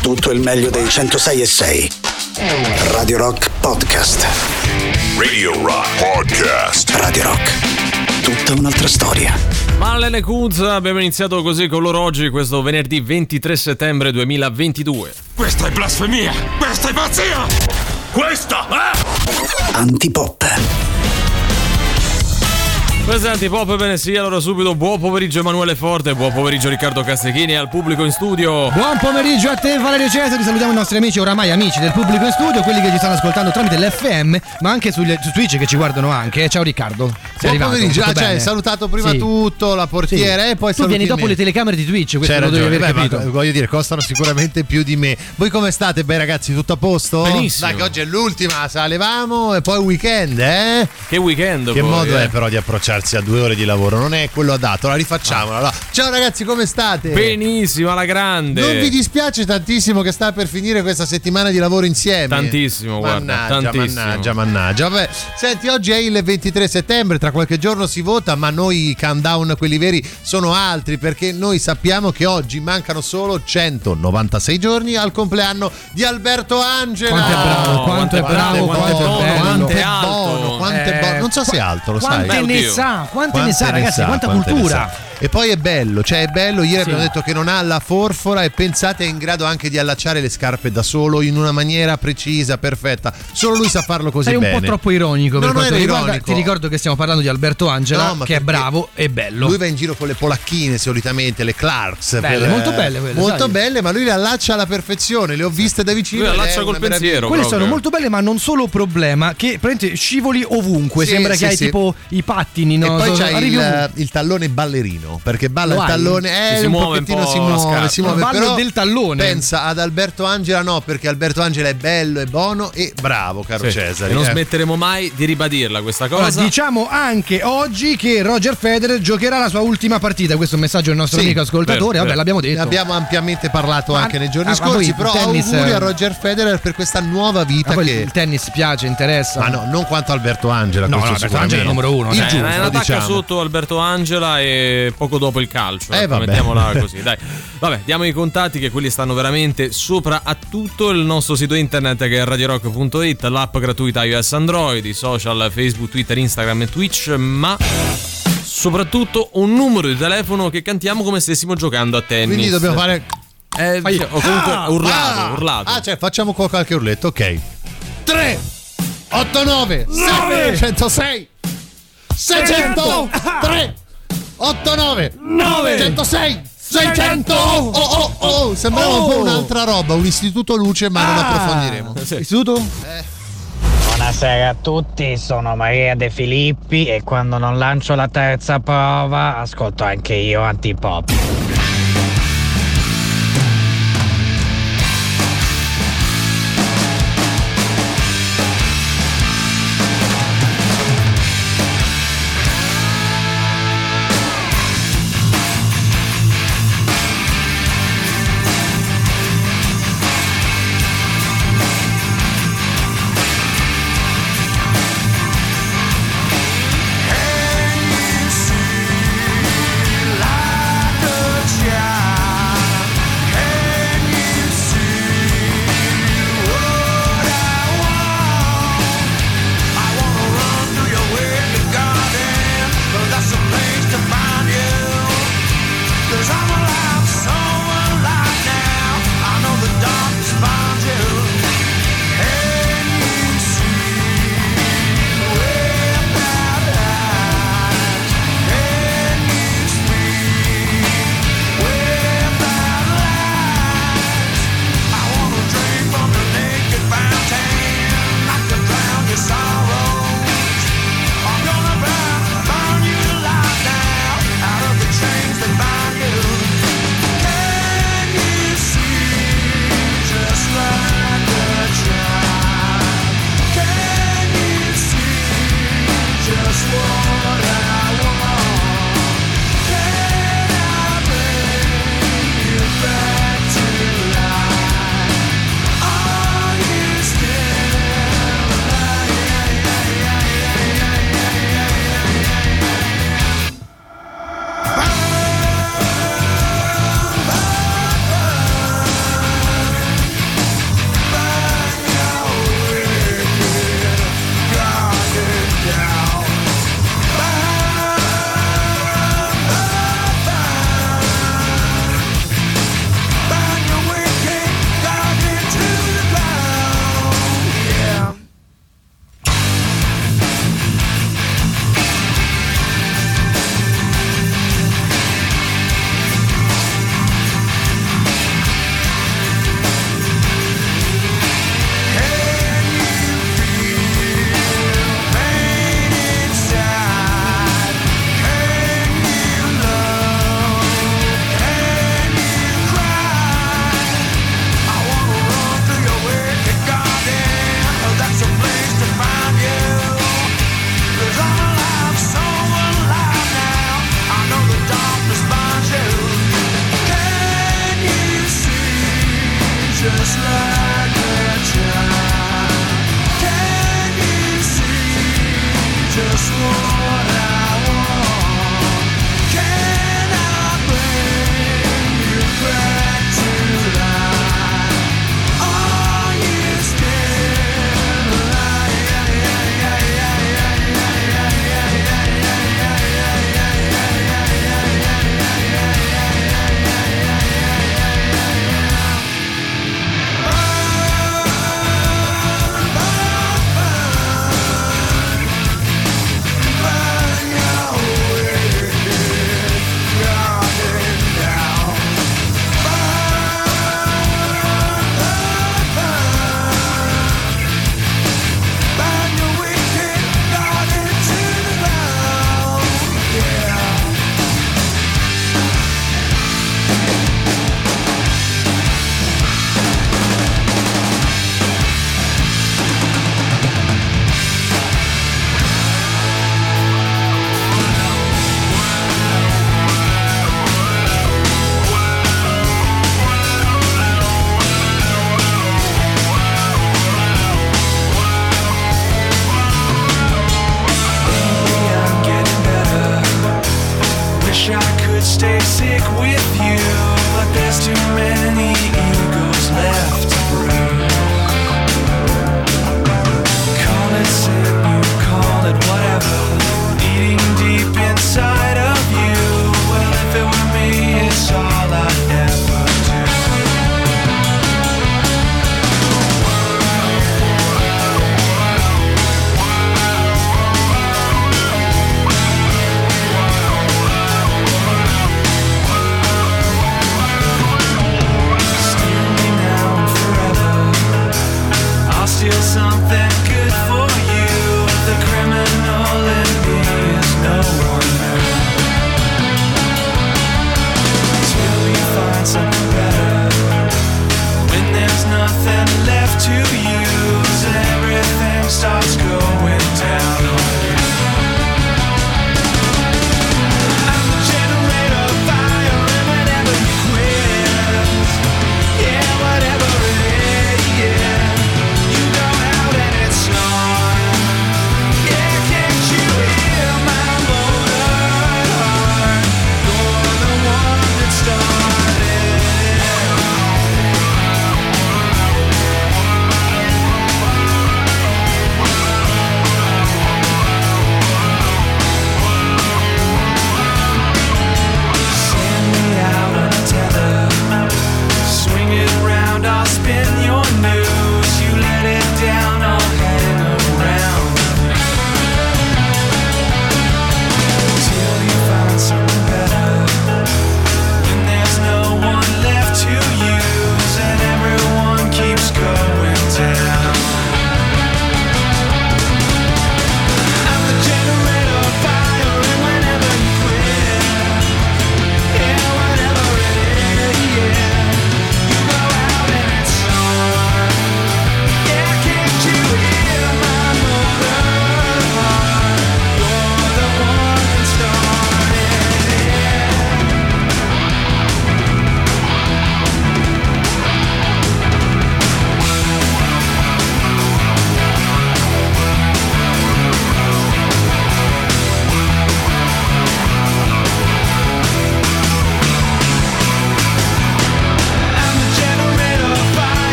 tutto il meglio dei 106.6. Radio Rock Podcast. Radio Rock Podcast. Radio Rock. Tutta un'altra storia. Marlene Kunz, abbiamo iniziato così con loro oggi, questo venerdì 23 settembre 2022. Questa è blasfemia! Questa è pazzia! Questa è... Antipop. Questo è Antipop, bene sì, allora subito buon pomeriggio Emanuele Forte, buon pomeriggio Riccardo Castechini e al pubblico in studio. Buon pomeriggio a te Valerio Cesari, salutiamo i nostri amici, oramai amici del pubblico in studio, quelli che ci stanno ascoltando tramite l'FM, ma anche su Twitch che ci guardano anche. Ciao Riccardo, sei buon arrivato? pomeriggio, hai salutato prima tutto la portiera e poi tu vieni dopo le telecamere di Twitch, questo lo devi aver capito. Ma, voglio dire, costano sicuramente più di me. Voi come state? Beh ragazzi, tutto a posto? Benissimo. Dai che oggi è l'ultima, se la levamo e poi weekend, eh? Che weekend Che poi, modo è però di approcciarsi a 2 ore di lavoro, non è quello adatto. La rifacciamo. Allora. Ciao ragazzi, come state? Benissimo, alla grande. Non vi dispiace tantissimo che sta per finire questa settimana di lavoro insieme? Tantissimo, guarda, tantissimo. Mannaggia. Vabbè, senti, oggi è il 23 settembre, tra qualche giorno si vota, ma noi i countdown, quelli veri, sono altri, perché noi sappiamo che oggi mancano solo 196 giorni al compleanno di Alberto Angela. Quanto è bravo, quanto è alto. Non so se è alto, lo sai. Quante ne sa, ragazzi, quanta cultura. E poi è bello, ieri abbiamo detto che non ha la forfora e pensate è in grado anche di allacciare le scarpe da solo in una maniera precisa, perfetta. Solo lui sa farlo così bene. Sei un po' troppo ironico per quanto riguarda. Ti ricordo che stiamo parlando di Alberto Angela, che è bravo e bello. Lui va in giro con le polacchine solitamente, le Clarks. Molto belle quelle. Molto belle, ma lui le allaccia alla perfezione, le ho viste da vicino. Lui allaccia col pensiero. Quelle sono molto belle, ma non solo problema, che praticamente scivoli ovunque, sembra che hai tipo i pattini, no? E poi c'hai il tallone ballerino. Perché balla il tallone, si muove un po', si muove, ballo però del tallone. Pensa ad Alberto Angela, no, perché Alberto Angela è bello, è buono e bravo, caro Cesare. E non smetteremo mai di ribadirla questa cosa. Allora, diciamo anche oggi che Roger Federer giocherà la sua ultima partita. Questo è un messaggio del nostro amico ascoltatore. Vabbè, l'abbiamo detto. Ne abbiamo ampiamente parlato anche nei giorni scorsi. Però auguri a Roger Federer per questa nuova vita. Il tennis piace, interessa. Ma no, non quanto Alberto Angela. No, Alberto Angela è il numero uno. È una tacca sotto Alberto Angela e poco dopo il calcio, mettiamola così, dai. Vabbè, diamo i contatti che quelli stanno veramente sopra a tutto. Il nostro sito internet che è radiorock.it, l'app gratuita iOS Android, i social Facebook, Twitter, Instagram e Twitch, ma soprattutto un numero di telefono che cantiamo come stessimo giocando a tennis. Quindi dobbiamo fare o comunque urlato. Cioè facciamo qualche urletto, ok. 3 8 9 7 106 600 3 8 9 106 600. Sembrava un po' un'altra roba, un istituto luce, ma non approfondiremo. Istituto? Buonasera a tutti, sono Maria De Filippi e quando non lancio la terza prova ascolto anche io Antipop. Can you see like a just like a child. Can you see just what I want? Can I bring you back to life? Are you still alive? Burn, burn, burn.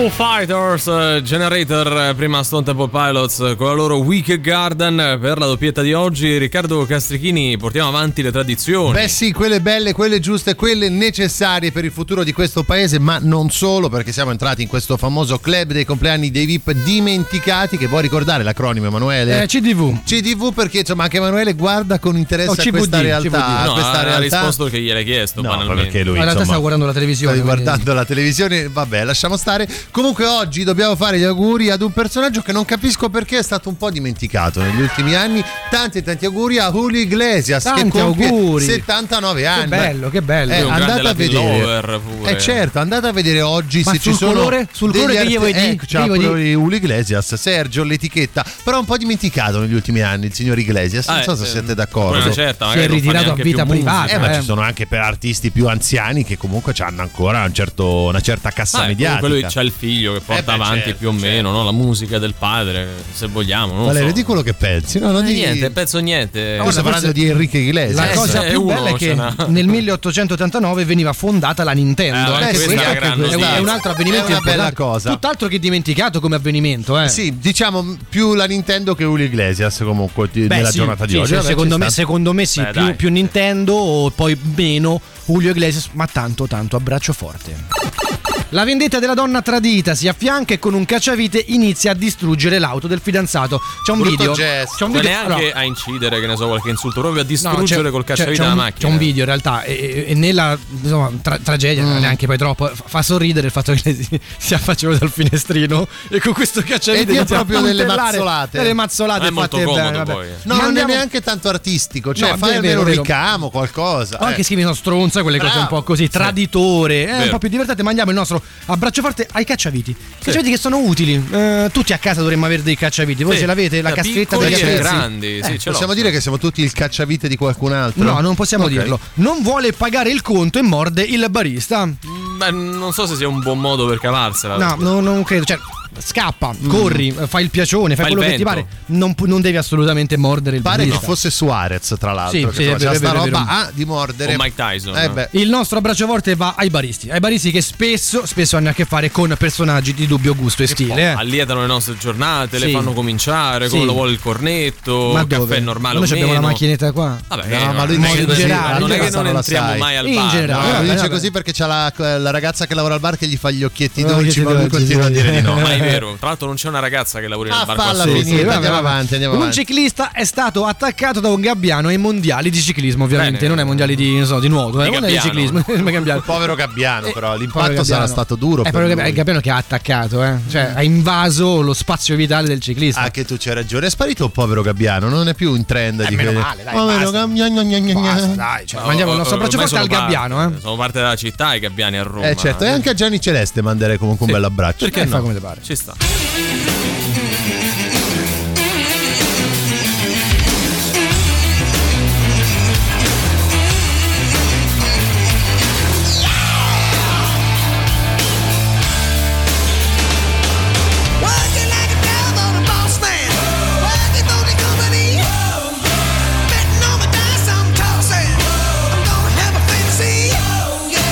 Foo Fighters, Generator, prima Stone Temple Pilots con la loro Wicked Garden. Per la doppietta di oggi, Riccardo Castrichini, portiamo avanti le tradizioni. Beh sì, quelle belle, quelle giuste, quelle necessarie per il futuro di questo paese, ma non solo, perché siamo entrati in questo famoso club dei compleanni dei VIP dimenticati, che vuoi ricordare l'acronimo, Emanuele? CDV, perché insomma anche Emanuele guarda con interesse a questa realtà. No, ha risposto che gliel'hai chiesto, banalmente. Perché lui, in realtà stavo guardando la televisione. Stavi guardando la televisione, vabbè, lasciamo stare. Comunque oggi dobbiamo fare gli auguri ad un personaggio che non capisco perché è stato un po' dimenticato negli ultimi anni. Tanti auguri a Julio Iglesias, tanti che compie auguri. 79 anni. Che bello. Andate a vedere. Certo, andate a vedere oggi. Ma se sul ci sono colore? Sul colore che gli vuoi dire? C'ha Julio Iglesias, Sergio, l'etichetta. Però un po' dimenticato negli ultimi anni il signor Iglesias. Non so se siete d'accordo. Certo, si è ritirato a vita privata. Ma ci sono anche per artisti più anziani che comunque hanno ancora una certa cassa mediatica. Lui c'ha il figlio che porta avanti più o meno, no? La musica del padre, se vogliamo. Non Valerio, so. di quello che pensi. No, non niente, penso niente. Stiamo parlando di Enrique Iglesias. La cosa più bella è che nel 1889 veniva fondata la Nintendo. È un altro avvenimento, è una bella cosa. Tutt'altro che dimenticato come avvenimento. Sì, diciamo più la Nintendo che Julio Iglesias comunque nella giornata di oggi. Secondo me sì, più Nintendo, poi meno Julio Iglesias, ma tanto abbraccio forte. La vendetta della donna tradita si affianca e con un cacciavite inizia a distruggere l'auto del fidanzato. C'è un video. Ma neanche a incidere, che ne so, qualche insulto, proprio a distruggere col cacciavite la macchina. C'è un video in realtà e nella tragedia, neanche poi troppo, fa sorridere il fatto che si affacciava dal finestrino e con questo cacciavite è proprio delle mazzolate. Delle mazzolate è molto comodo poi. No, non è neanche tanto artistico, cioè fai almeno un ricamo, qualcosa. O anche scrivi stronza, quelle cose un po' così, traditore, un po' più divertente. Mandiamo il nostro abbraccio forte ai cacciaviti. Cacciaviti che sono utili. Tutti a casa dovremmo avere dei cacciaviti. Voi ce l'avete? La caschetta degli grandi. Possiamo dire che siamo tutti il cacciavite di qualcun altro? No, non possiamo dirlo. Non vuole pagare il conto e morde il barista. Beh, non so se sia un buon modo per cavarsela. No, non credo. Cioè, scappa, corri, fai il piacione, fai quello che ti pare. Non devi assolutamente mordere il barista. Pare che fosse Suarez, tra l'altro. Sì, c'è sta roba di mordere. O Mike Tyson. Il nostro abbraccio forte va ai baristi. Ai baristi che spesso hanno a che fare con personaggi di dubbio gusto e stile. Allietano le nostre giornate, le fanno cominciare, come lo vuole il cornetto, ma il dove? caffè normale. Noi abbiamo la macchinetta qua. Vabbè, ma lui dice non è che non lo entriamo sai. mai al In bar. generale. Lui dice così perché c'è la ragazza che lavora al bar che gli fa gli occhietti dolci, ma lui continua a dire di no. Ma è vero. Tra l'altro non c'è una ragazza che lavora nel bar qua falla sotto. finire, andiamo avanti. Un ciclista è stato attaccato da un gabbiano ai mondiali di ciclismo, ovviamente. Bene. Non ai mondiali di nuoto, Di mondiali di ciclismo. Il povero gabbiano, però l'impatto sarà stato duro. È il gabbiano che ha attaccato, cioè ha invaso lo spazio vitale del ciclista. Anche tu c'hai ragione. È sparito il povero gabbiano, non è più in trend di meno male, dai, basta, dai, cioè, mandiamo il nostro abbraccio forte al gabbiano. Sono parte della città i gabbiani a Roma. Certo, e anche a Gianni Celeste manderei comunque un bel abbraccio. Perché no? Fa come ti pare. Ci sta.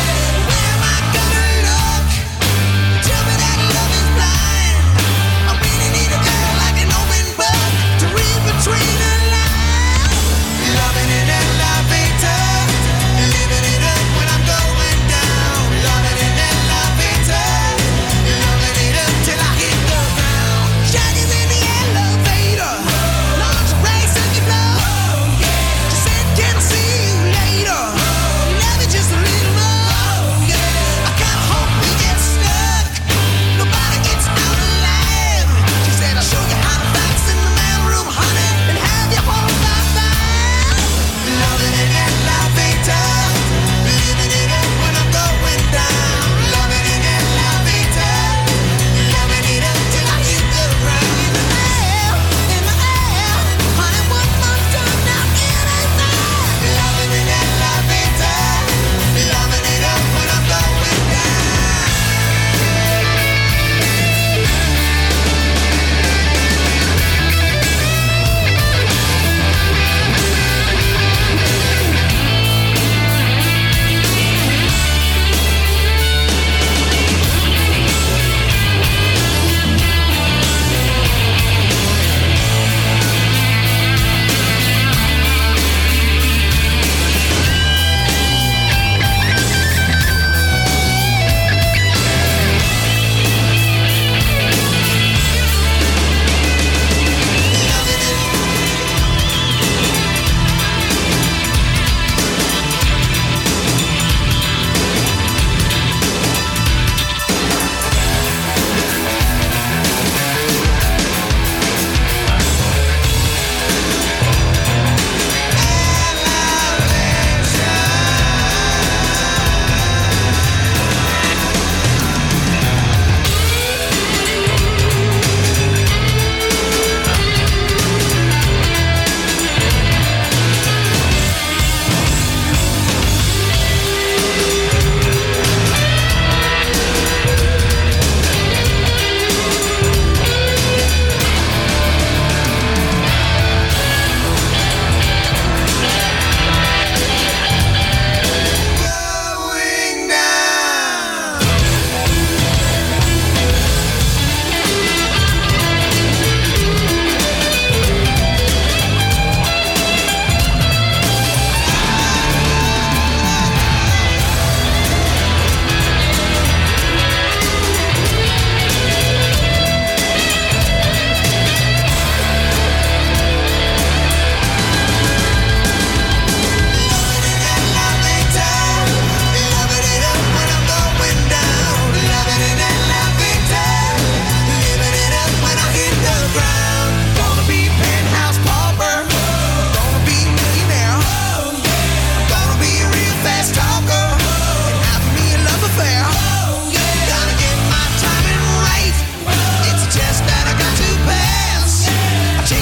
Tell me that love is blind.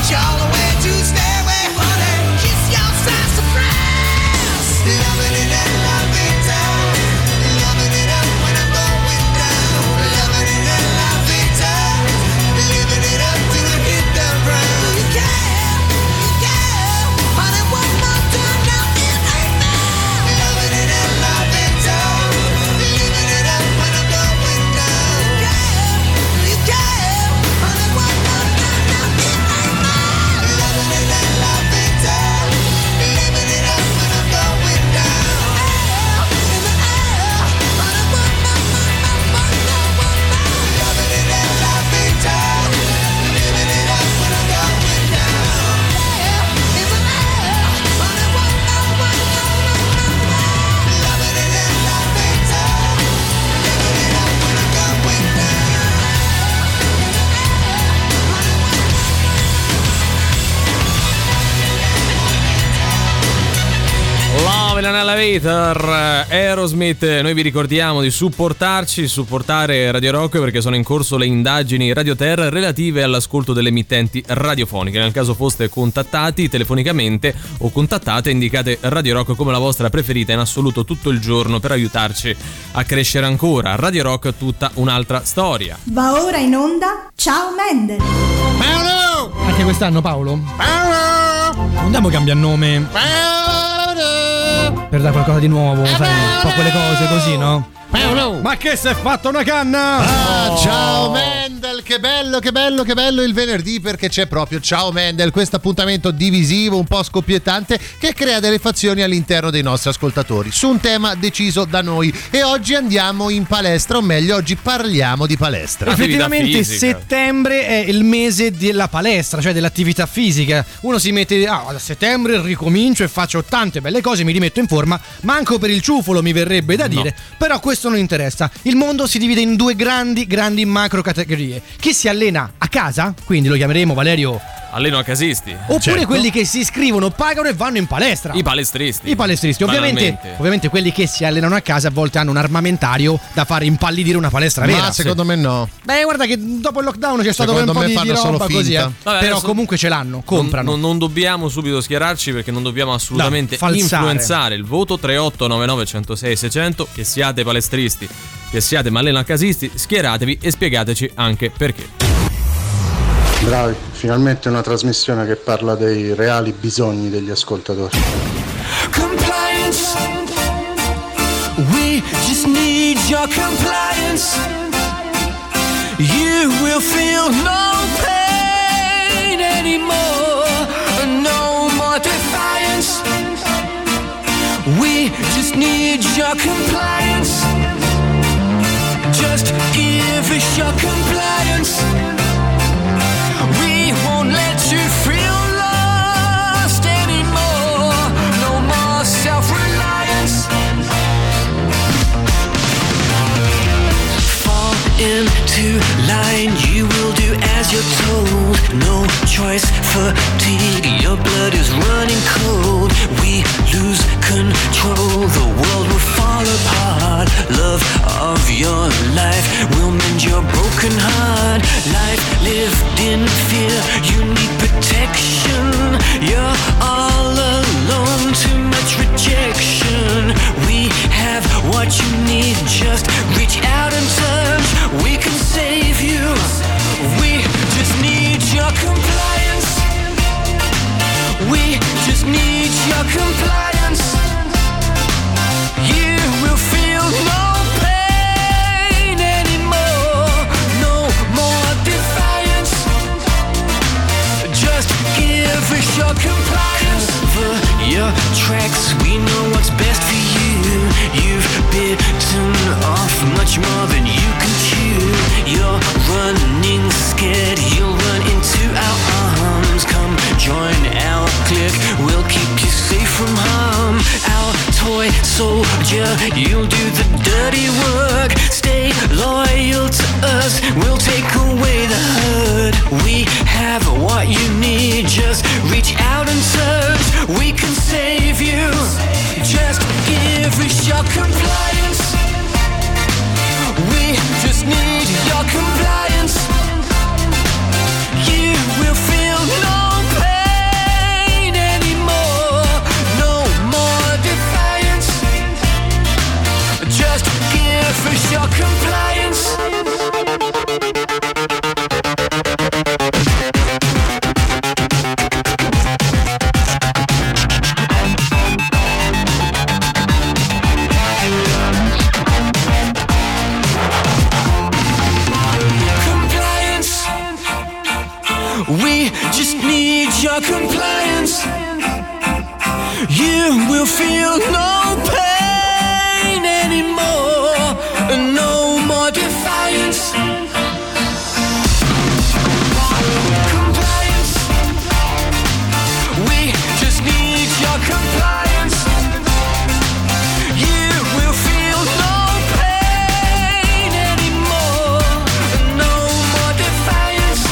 you all the way to Stairway, honey. Kiss your sassafras. Loving it and loving down. Loving it up when I'm going down. Loving it and loving down. Living it up till I hit the ground. You can, honey, one more time now it ain't now. Loving it and loving down. Living it up when I'm going down. You can, honey, one more time now it ain't now. Loving it and loving down. Living it up when I'm going down. In the air, honey, one more. Loving it and loving down. Living it up when I'm going down. In the air, honey, one more. Loving it and loving down. Living it up when I'm going down. Love in Elevator, Aerosmith. Noi vi ricordiamo di supportare Radio Rock, perché sono in corso le indagini Radio Terra relative all'ascolto delle emittenti radiofoniche. Nel caso foste contattati telefonicamente o contattate, indicate Radio Rock come la vostra preferita in assoluto tutto il giorno per aiutarci a crescere ancora. Radio Rock, tutta un'altra storia. Va ora in onda Ciao Mendel. Anche quest'anno, Paolo? Andiamo a cambiare nome per dare qualcosa di nuovo, sai, un po' quelle cose così, no? Ma che si è fatta una canna? Ciao Mendel, che bello il venerdì, perché c'è proprio Ciao Mendel, questo appuntamento divisivo un po' scoppiettante che crea delle fazioni all'interno dei nostri ascoltatori su un tema deciso da noi. E oggi andiamo in palestra, o meglio oggi parliamo di palestra. Effettivamente settembre è il mese della palestra, cioè dell'attività fisica. Uno si mette a settembre ricomincio e faccio tante belle cose, mi rimetto in forma, manco per il ciufolo mi verrebbe da dire, però questo non interessa. Il mondo si divide in due grandi macro categorie: chi si allena a casa, quindi lo chiameremo, Valerio, alleno a casisti, oppure quelli che si iscrivono, pagano e vanno in palestra, i palestristi. Ovviamente quelli che si allenano a casa a volte hanno un armamentario da fare impallidire una palestra vera. Ma secondo me no. Beh, guarda che dopo il lockdown c'è stato un po' di roba così, Vabbè, però comunque ce l'hanno, comprano. Non dobbiamo subito schierarci, perché non dobbiamo assolutamente influenzare il voto. 3899 106 600. Che siate palestristi, che siate mallenacasisti, schieratevi e spiegateci anche perché. Bravi, finalmente una trasmissione che parla dei reali bisogni degli ascoltatori. Compliance. We just need your compliance. You will feel no pain anymore. No more defiance. We just need your compliance. Just give us your compliance. We won't let you feel lost anymore. No more self-reliance. Fall into line, you will do as you're told. No choice, fatigue, your blood is running cold. We lose control, the world will fall apart. Love of your life will mend your broken heart. Life lived in fear, you need protection. You're all alone, too much rejection. We have what you need, just reach out and touch. We can save you. We just need your compliance. We just need your compliance. You will feel no pain anymore. No more defiance. Just give us your compliance. Cover your tracks, we know what's best for you. You've bitten off much more than you can chew. You're running scared, you'll run into our arms. Come join our clique, we'll keep you safe from harm. Our toy soldier, you'll do the dirty work. Stay loyal to us, we'll take away the hurt. We have what you need, just reach out and touch. We can save you, just give us your compliance. We just need your compliance. You will feel no just need your compliance. You will feel no pain anymore, no more defiance. Compliance. We just need your compliance. You will feel no pain anymore, no more defiance.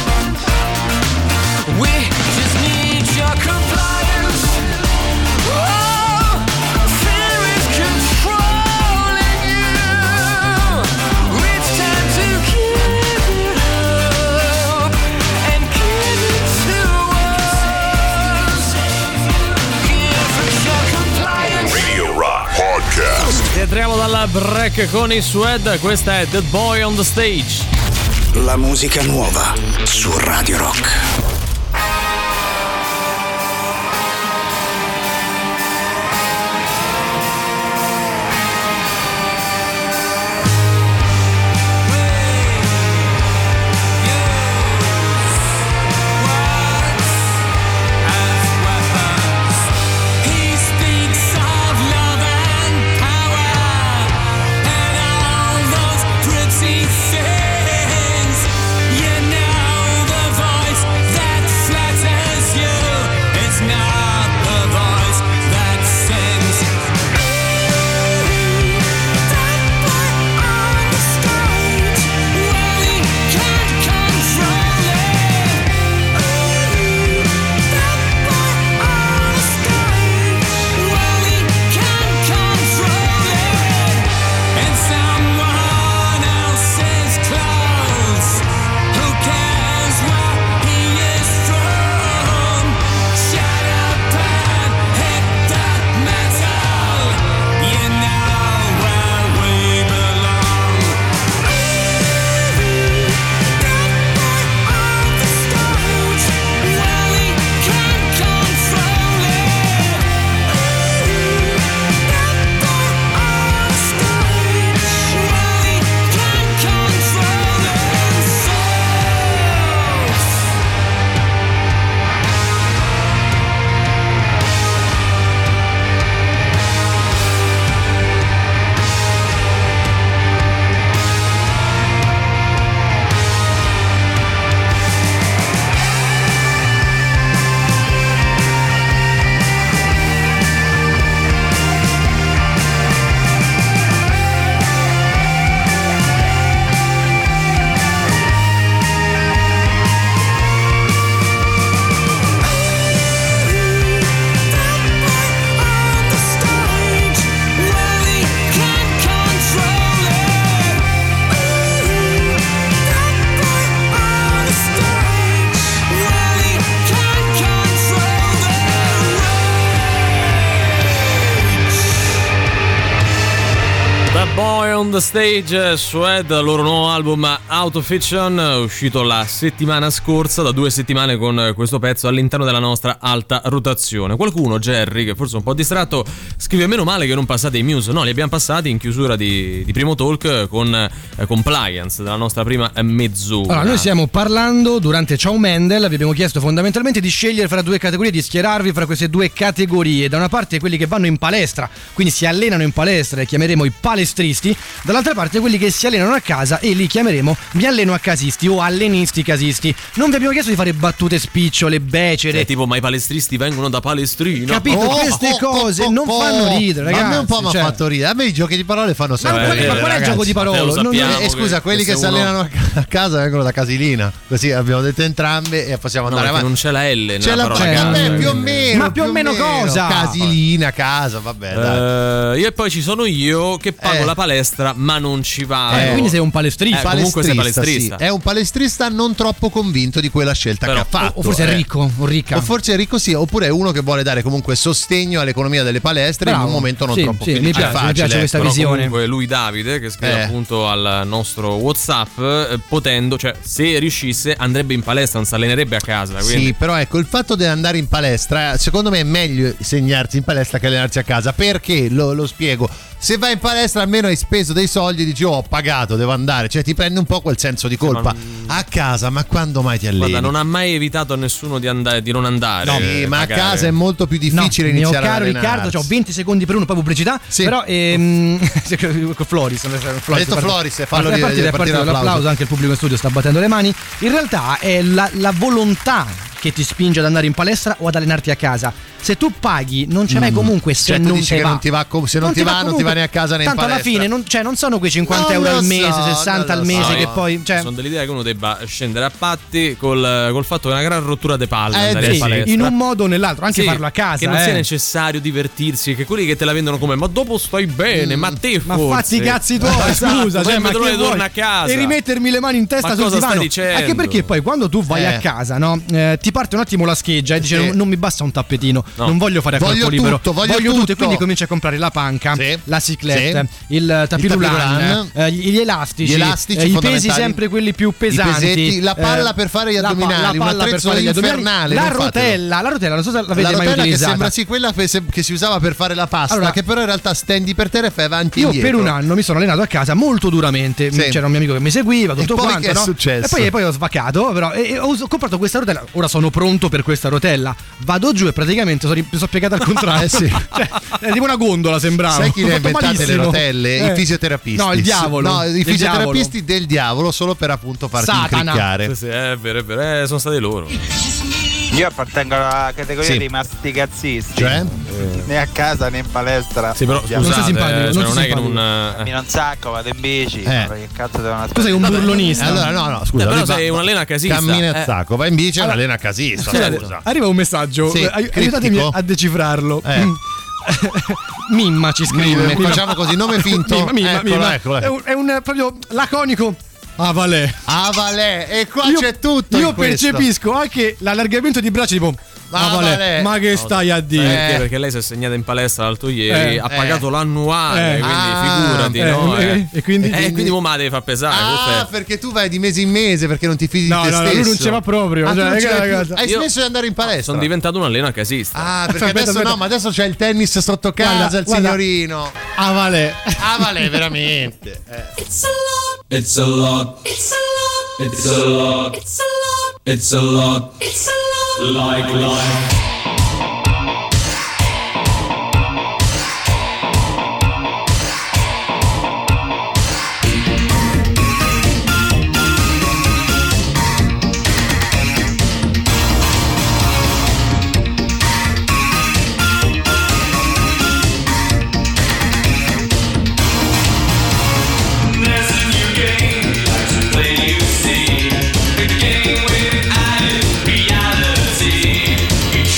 We just need your compliance. Oh, fear is controlling you. It's time to give it up and give it to us. Give us your compliance. Radio Rock Podcast. Rientriamo dalla break con i Suede, questa è The Boy on the Stage. La musica nuova su Radio Rock. He speaks of love and power and all those pretty things. You know the voice that flatters you. It's not the voice that sings. That boy on the stage, well, he can't control it. That boy on the stage, well, he can't control it. In someone else's clothes, who cares where he is from? Shut up and hit that metal. You know where we belong. That boy on the stage, well, he can't control it. That boy on the stage, well, he can't control himself. The Boy on the Stage, Suede, il loro nuovo album Autofiction, uscito la settimana scorsa, da 2 settimane con questo pezzo all'interno della nostra alta rotazione. Qualcuno, Jerry, che forse è un po' distratto, scrive: meno male che non passate i Muse. No, li abbiamo passati in chiusura di primo talk con Compliance, della nostra prima mezz'ora. Allora, noi stiamo parlando durante Ciao Mendel, vi abbiamo chiesto fondamentalmente di scegliere fra 2 categorie, di schierarvi fra queste 2 categorie. Da una parte quelli che vanno in palestra, quindi si allenano in palestra, e chiameremo i palestristi. Dall'altra parte quelli che si allenano a casa, e li chiameremo mi alleno a casisti o allenisti casisti. Non vi abbiamo chiesto di fare battute spicciole, becere, tipo ma i palestristi vengono da Palestrina. Capito? Queste cose non fanno ridere, ragazzi. A me un po' mi ha fatto ridere. A me i giochi di parole fanno sempre. Ma qual è il gioco di parole? Scusa, quelli che si allenano a casa vengono da Casilina. Così abbiamo detto entrambe e possiamo andare avanti. Non c'è la L, c'è la parola. Più o meno. Ma più o meno cosa? Casilina, casa, vabbè, dai. E poi ci sono io che pago la palestra ma non ci vado. Quindi sei un palestrista. Comunque sei palestrista. Sì. È un palestrista non troppo convinto di quella scelta che ha fatto. O forse è ricco o ricca. O forse è ricco, sì. Oppure è uno che vuole dare comunque sostegno all'economia delle palestre. Bravo. In un momento non troppo felice. Mi piace questa visione. Comunque lui Davide, che scrive appunto al nostro WhatsApp, potendo, cioè se riuscisse andrebbe in palestra, non si allenerebbe a casa. Quindi. Sì, però ecco, il fatto di andare in palestra, secondo me è meglio segnarsi in palestra che allenarsi a casa. Perché? Lo spiego. Se vai in palestra almeno hai speso dei soldi e dici ho pagato, devo andare, cioè ti prende un po' quel senso di colpa. A casa, ma quando mai ti alleni? Guarda, non ha mai evitato a nessuno di non andare. No, ma a casa è molto più difficile iniziare a allenarsi. Mio caro Riccardo, ho 20 secondi per uno, poi pubblicità. Sì. Però Floris, ha detto Floris, fallo dire l'applauso, anche il pubblico in studio sta battendo le mani. In realtà è la volontà che ti spinge ad andare in palestra o ad allenarti a casa. Se tu paghi non ce l'hai comunque, se cioè, non dici ti va. Non ti va, se non ti va non ti va né a casa né in palestra. Tanto alla fine non sono quei 50 euro al mese, 60 al mese che poi sono dell'idea che uno debba scendere a patti col fatto che è una gran rottura de palle andare in palestra in un modo o nell'altro, anche farlo a casa, che non sia necessario divertirsi, che quelli che te la vendono come ma dopo stai bene, ma te ma fatti i cazzi tuoi, scusa, cioè, ma che torna a casa e rimettermi le mani in testa sul divano. Anche perché poi quando tu vai a casa, no, ti parte un attimo la scheggia e dici non mi basta un tappetino, non voglio fare a corpo libero, voglio tutto, e quindi cominci a comprare la panca, la cyclette, il tapirulan, gli elastici, i pesi sempre quelli più pesanti, la palla per fare gli addominali, un attrezzo infernale, la rotella, non so se l'avete mai utilizzata, che sembra quella che si usava per fare la pasta, che però in realtà stendi per terra e fai avanti e indietro. Io per un anno mi sono allenato a casa molto duramente, c'era un mio amico che mi seguiva, tutto quanto, che è successo? E poi ho svaccato, però ho comprato questa rotella, ora sono pronto per questa rotella, vado giù e praticamente sono piegato al contrario, cioè, è tipo una gondola, sembrava. Sai chi le ha inventate le rotelle? I fisioterapisti. No, il diavolo. No, i fisioterapisti del diavolo, solo per appunto farti incricchiare. Sì, è vero, sono stati loro. Io appartengo alla categoria dei masticazzisti. Cioè? Né a casa né in palestra. Sì, però non sei simpatico, non è che non cammino un sacco, vado in bici. Ma che cazzo devono aspettare? Tu sei un burlonista. Allora no, scusa, però sei un allena casista. Cammina a sacco, vai in bici e un allena casista. Scusa. Arriva un messaggio, aiutatemi a decifrarlo. Mimma ci scrive. Facciamo così, nome finto. Mimma. È un proprio laconico. Avalè, e qua c'è tutto. Io percepisco anche l'allargamento di braccia, tipo ma che stai a dire? Perché lei si è segnata in palestra l'altro ieri, ha pagato l'annuale, quindi figurati, no? E quindi mo me la devi far pesare. Perché tu vai di mese in mese perché non ti fidi di te stesso. No, lui non ce va proprio. Hai smesso di andare in palestra? Sono diventato un allena casista. Perché adesso c'è il tennis sotto casa, il signorino. Avalè, veramente. It's a lot. It's a lot. It's a lot. It's a lot. It's a lot. It's a lot. Like life. Play you see the game with added reality.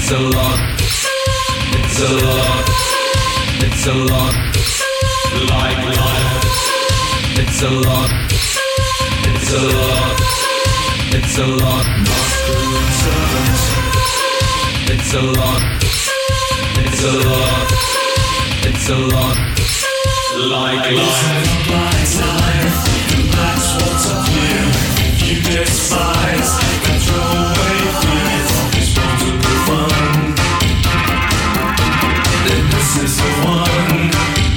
It's a lot. It's a lot. It's a lot. Like life. It's a lot. It's a lot. It's a lot. Master and servant. It's a lot. It's a lot. It's a lot. Like life. Like life. And that's what's up here. You despise and throw away fears. Disposable fun. Then this is the one.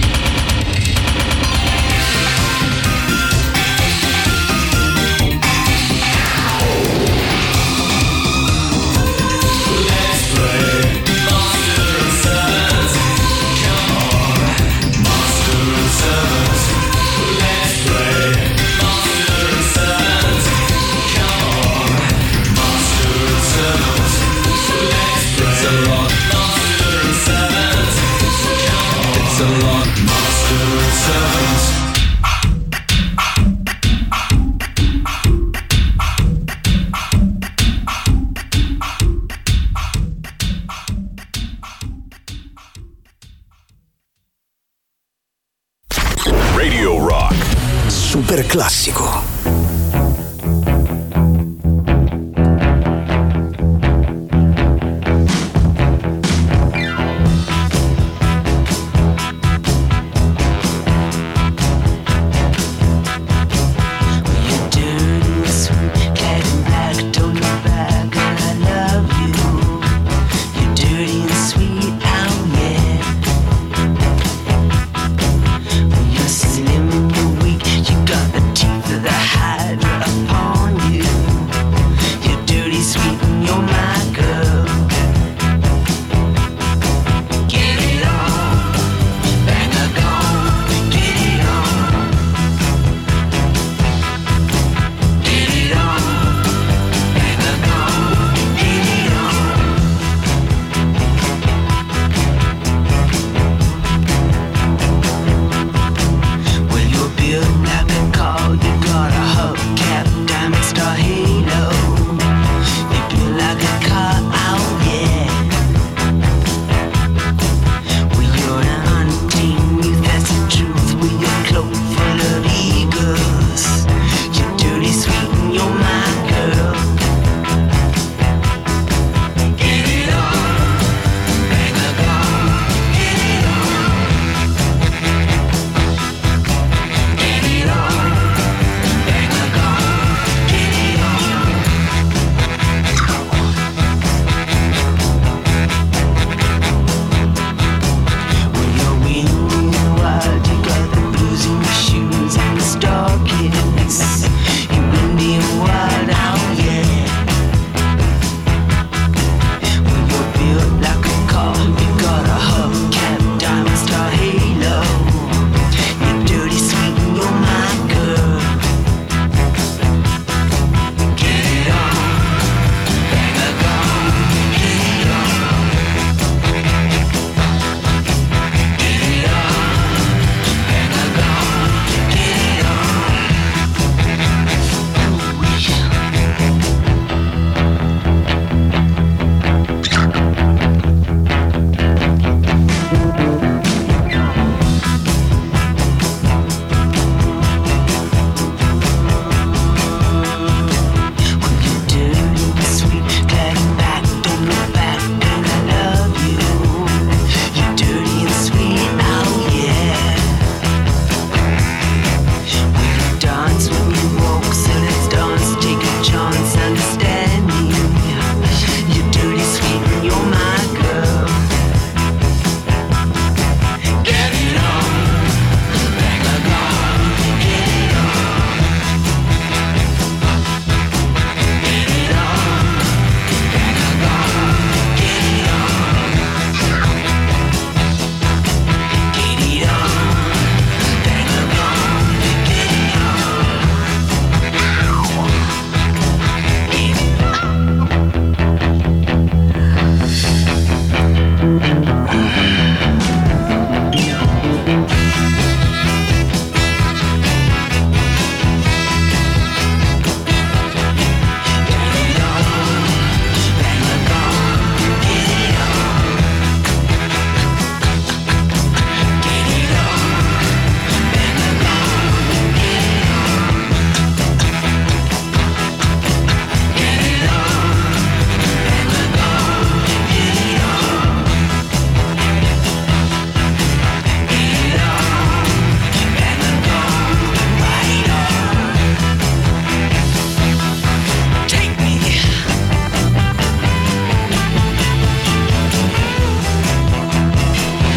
Radio Rock. Super classico. The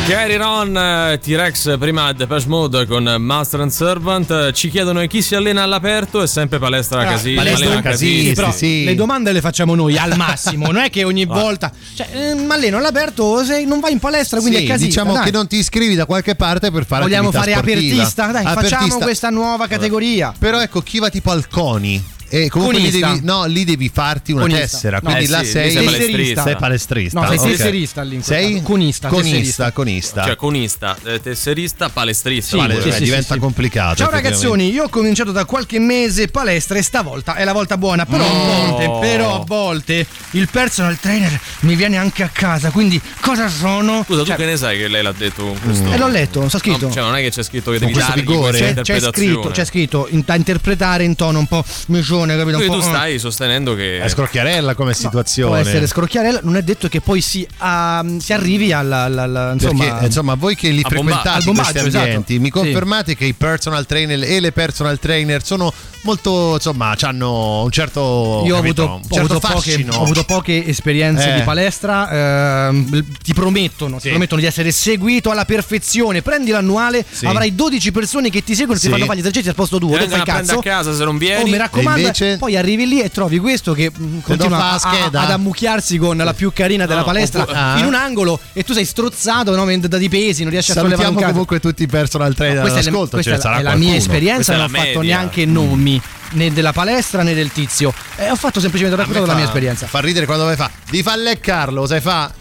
Carry On, T-Rex, prima Depeche Mode con Master and Servant. Ci chiedono chi si allena all'aperto e sempre palestra Casini. Palestra Casini, però sì. le domande le facciamo noi al massimo, non è che ogni volta mi alleno all'aperto se non vai in palestra, quindi sì, è casino. Diciamo dai. che non ti iscrivi da qualche parte per fare vogliamo fare sportiva. apertista, dai, facciamo questa nuova categoria. Però ecco, chi va tipo al CONI e comunque lì devi farti una tessera, quindi là sei palestrista. Sei palestrista. No, sei okay. tesserista lì. Sei conista. Cioè conista, tesserista, palestrista. Diventa complicato. Ciao ragazzoni, io ho cominciato da qualche mese palestra e stavolta è la volta buona, però a volte il personal trainer mi viene anche a casa, quindi cosa sono? Scusa, tu che ne sai che lei l'ha detto con questo? L'ho letto, sta scritto. No, cioè non è che c'è scritto che devi questo dargli vigore. C'è scritto da interpretare in tono un po' micione, capito? Quindi tu stai sostenendo che è scrocchiarella come situazione. Può essere scrocchiarella, non è detto che poi si arrivi insomma. Perché insomma, voi che li frequentate questi ambienti, mi confermate che i personal trainer e le personal trainer sono molto, insomma, hanno un certo, io capito, ho avuto poche esperienze di palestra, ti promettono di essere seguito alla perfezione. Prendi l'annuale, avrai 12 persone che ti seguono e ti fanno fare gli esercizi al posto 2, non fai cazzo. A casa se non vieni. Mi raccomando, invece... poi arrivi lì e trovi questo che continua ad ammucchiarsi con la più carina della palestra in un angolo e tu sei strozzato, no, di pesi, non riesci a sollevare un cazzo. Comunque tutti i personal trainer all'ascolto, questa è la mia esperienza, non ho fatto neanche nomi né della palestra né del tizio, ho fatto semplicemente raccontato la mia esperienza. Fa ridere quando vai devi fare leccarlo, sai fa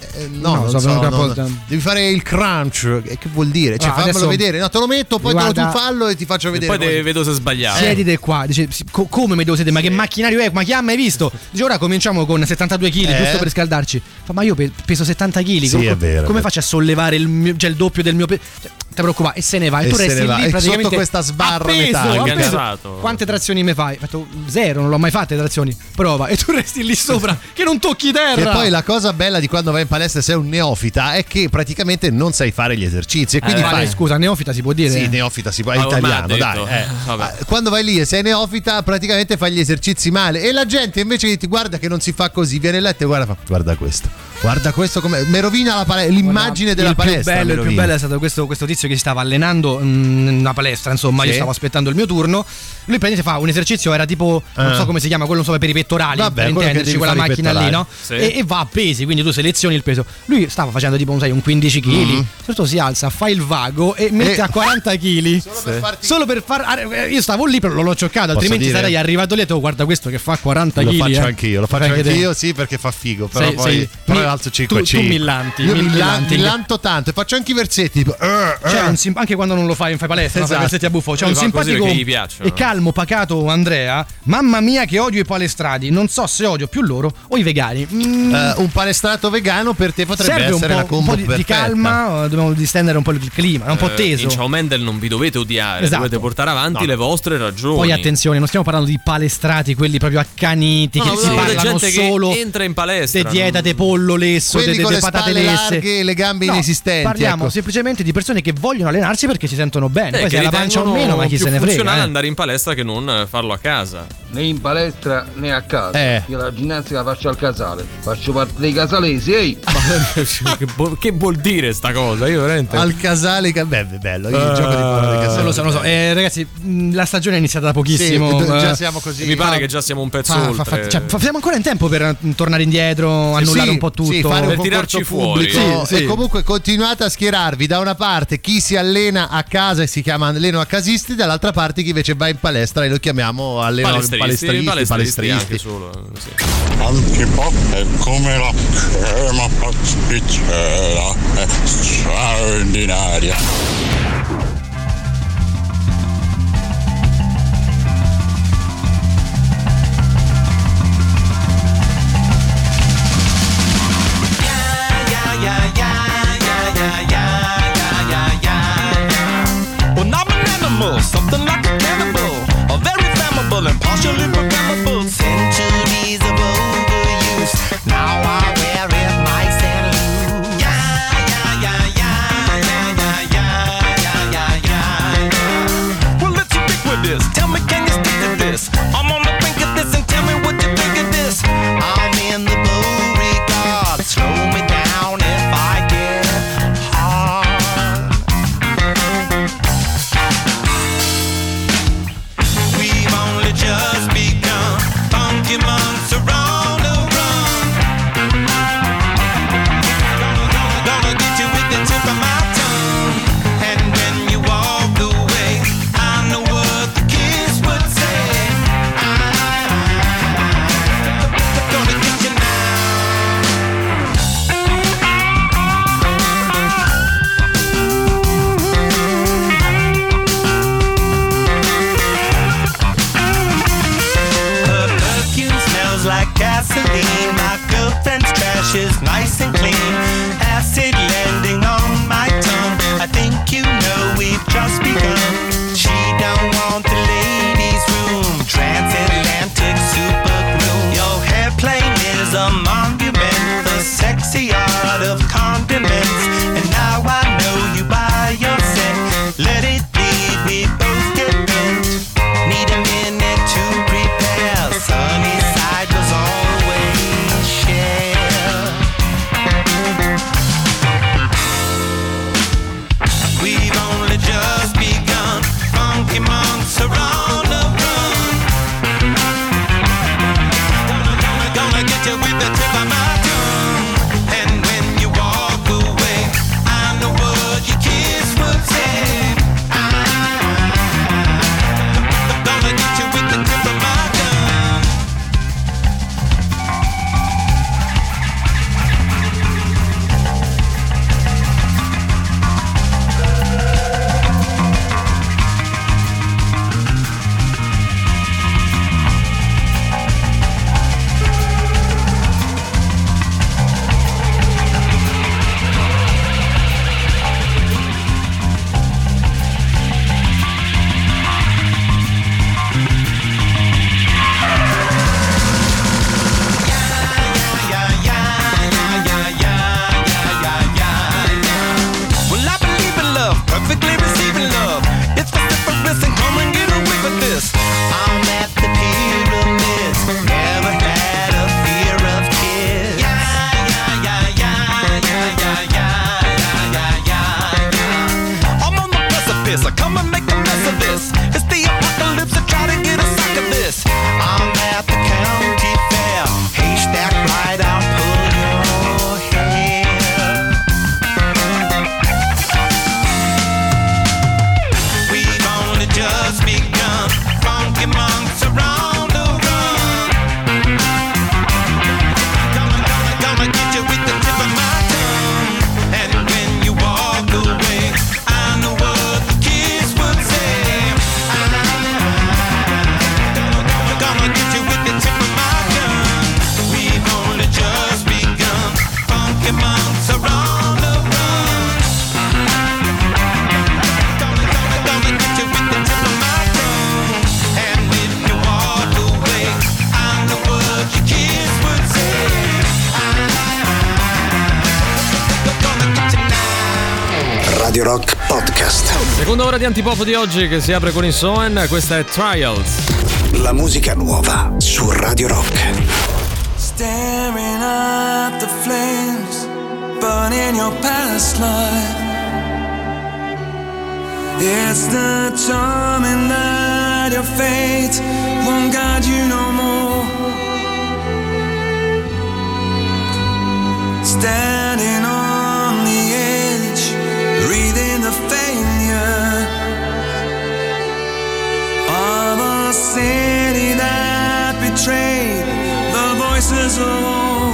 devi fare il crunch, che vuol dire? Cioè fammelo vedere, no, te lo metto, poi tu fallo e ti faccio vedere. Poi vedo se sbagliamo. Siedite qua, dice come mi devo sedere, ma che macchinario è? Ma chi ha mai visto? Dice ora cominciamo con 72 kg giusto per scaldarci. Ma io peso 70 kg, sì, è vero, come faccio a sollevare il doppio del mio peso? Ti preoccupare, e se ne va, e tu resti lì praticamente sotto questa sbarra metallica. Quante trazioni mi fai? Ho fatto 0, non l'ho mai fatte trazioni. Prova, e tu resti lì sopra che non tocchi terra. E poi la cosa bella di quando vai in palestra e sei un neofita è che praticamente non sai fare gli esercizi e quindi scusa, neofita si può dire? Sì, neofita si può, è italiano, dai. Quando vai lì e sei neofita praticamente fai gli esercizi male e la gente invece che ti guarda che non si fa così, viene là e ti guarda questo come mi rovina l'immagine della palestra. Il più bello è stato questo tizio che si stava allenando in una palestra, insomma, io stavo aspettando il mio turno. Lui prende fa un esercizio, era tipo non so come si chiama, quello non so, per i pettorali, per intenderci, quella macchina lì, no? Sì. E va a pesi, quindi tu selezioni il peso. Lui stava facendo tipo un 15 kg, tutto si alza, fa il vago e mette a 40 kg solo per far io stavo lì però l'ho cioccato, altrimenti sarei arrivato lì e guarda questo che fa 40 kg. Lo faccio anch'io, sì, perché fa figo, però alzo 5 tu millanti. Io millanto tanto e faccio anche i versetti tipo anche quando non lo fai palestra, fai versetti a buffo. C'è un simpatico e calmo, pacato Andrea. Mamma mia che odio i palestrati, non so se odio più loro o i vegani. Un palestrato vegano per te potrebbe essere la combo un po' di calma, dobbiamo distendere un po' il clima, è un po' teso. In Ciao Mendel non vi dovete odiare, dovete portare avanti le vostre ragioni. Poi attenzione, non stiamo parlando di palestrati, quelli proprio accaniti, che si parlano solo che entra in palestra, di dieta, di pollo lesso, quelli con le patate spalle lesse larghe e le gambe inesistenti. Parliamo semplicemente di persone che vogliono allenarsi perché si sentono bene. Poi se hai la pancia o meno, ma chi se ne frega. È funzionale andare in palestra che non farlo a casa. Né in palestra né a casa. Io la ginnastica la faccio al casale. Faccio parte dei casalesi, ehi! Che vuol dire sta cosa? Io veramente. Al casale, beh, è bello. Io gioco di parole casale. Lo so. Ragazzi, la stagione è iniziata da pochissimo. Già siamo così. Mi pare che già siamo un pezzo oltre. Siamo ancora in tempo per tornare indietro, annullare un po' tutto. Fare un per tirarci fuori. E comunque continuate a schierarvi da una parte chi si allena a casa e si chiama alleno a casisti, dall'altra parte chi invece va in palestra e lo chiamiamo alleno palestristi. Anche solo, Antipop è come la crema pasticcera, è straordinaria. Something like a cannibal, a very flammable and partially programmable. Centuries of overuse, now I wear it nice and loose. Well, let's ubiquitous. Tell me, can you stick to this? I'm on the brink of this, and tell me what you think of this. I'm in the Beauregard. Slow me down if I get hard. Radio Rock Podcast. Seconda ora di Antipop di oggi che si apre con il Soen, questa è Trials. La musica nuova su Radio Rock. Staring at the flames burning your past life. It's the charming that your fate won't guide you no more. Standing on the edge, breathing the failure of a city that betrayed the voices of all.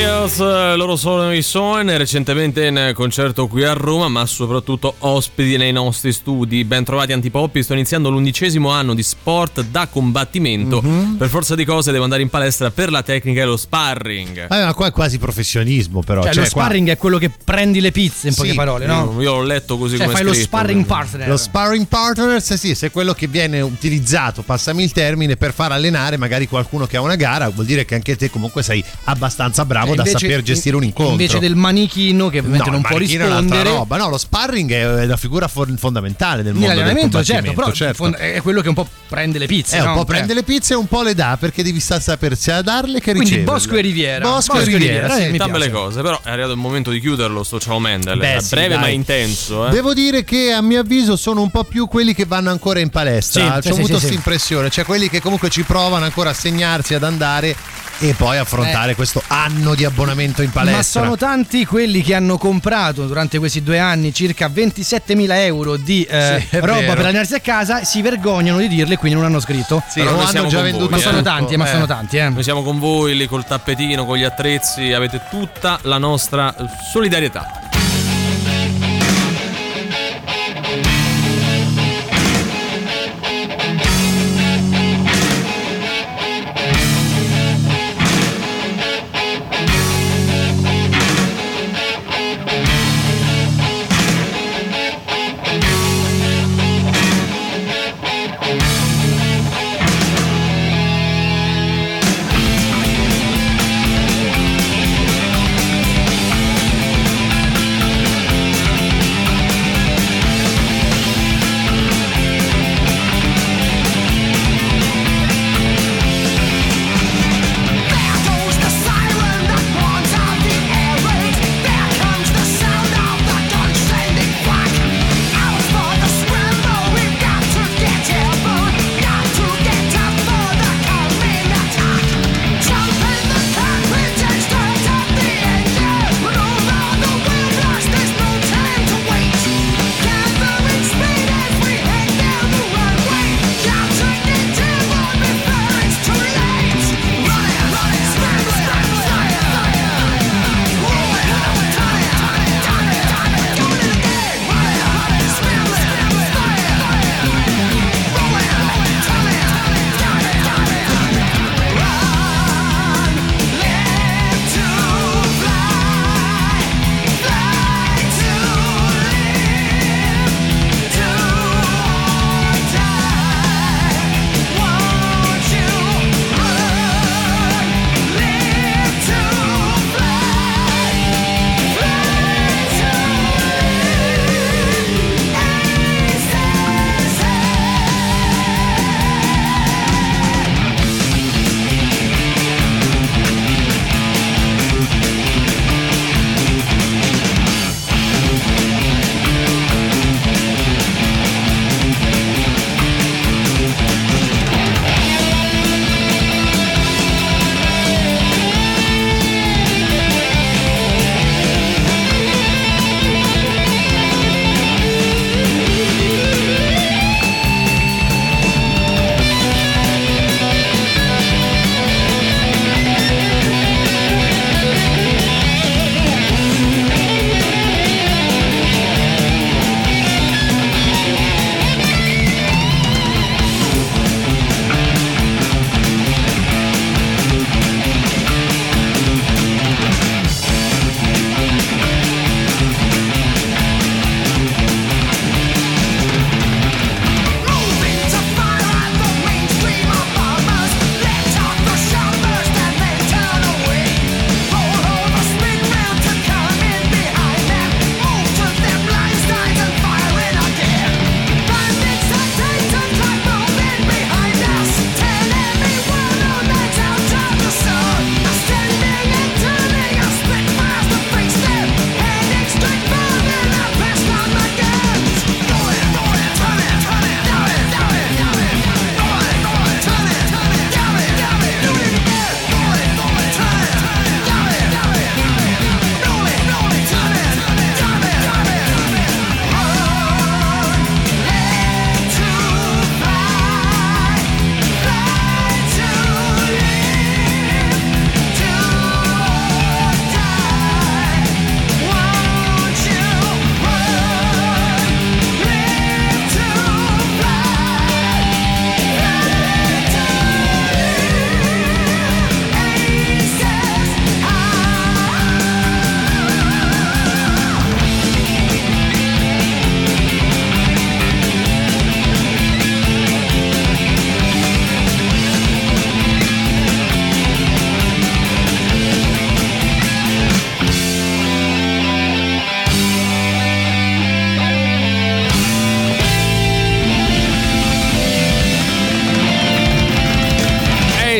Fires, loro sono i Soen, recentemente in concerto qui a Roma, ma soprattutto ospiti nei nostri studi. Ben trovati Antipoppi, sto iniziando l'11° anno di sport da combattimento. Per forza di cose devo andare in palestra per la tecnica e lo sparring. Ma qua è quasi professionismo, però. Cioè, lo sparring è quello che prendi le pizze, in poche parole, no? Io l'ho letto così, cioè, come fai scritto. Lo sparring partner. Lo sparring partner, sì, se è quello che viene utilizzato, passami il termine, per far allenare magari qualcuno che ha una gara, vuol dire che anche te comunque sei abbastanza bravo da saper gestire un incontro. Invece del manichino, che ovviamente non può rispondere. Roba. No, lo sparring è la figura fondamentale del mondo nell'allenamento, del certo, però certo. È quello che un po' prende le pizze. Un po' prende le pizze e un po' le dà, perché devi saper sia darle che ricevere. Quindi Bosco e Riviera. Bosco e Riviera, sì, entrambe le cose. Però è arrivato il momento di chiuderlo, sto Ciao Mendel. Breve ma intenso. Devo dire che a mio avviso sono un po' più quelli che vanno ancora in palestra. Ho avuto questa impressione, cioè quelli che comunque ci provano ancora a segnarsi ad andare e poi affrontare questo anno di abbonamento in palestra. Ma sono tanti quelli che hanno comprato durante questi 2 anni circa 27.000 euro di roba per allenarsi a casa, si vergognano di dirle, quindi non hanno scritto. Sì, lo hanno già venduto. Ma sono tanti, sono tanti. Noi siamo con voi lì col tappetino, con gli attrezzi, avete tutta la nostra solidarietà.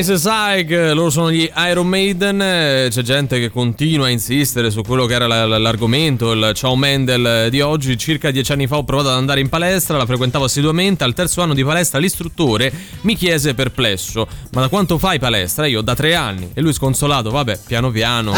Nice Psych, loro sono gli Iron Maiden. C'è gente che continua a insistere su quello che era l'argomento, il Ciao Mendel di oggi. Circa 10 anni fa ho provato ad andare in palestra, la frequentavo assiduamente. Al terzo anno di palestra l'istruttore mi chiese perplesso: ma da quanto fai palestra? Io da 3 anni. E lui sconsolato: vabbè, piano piano.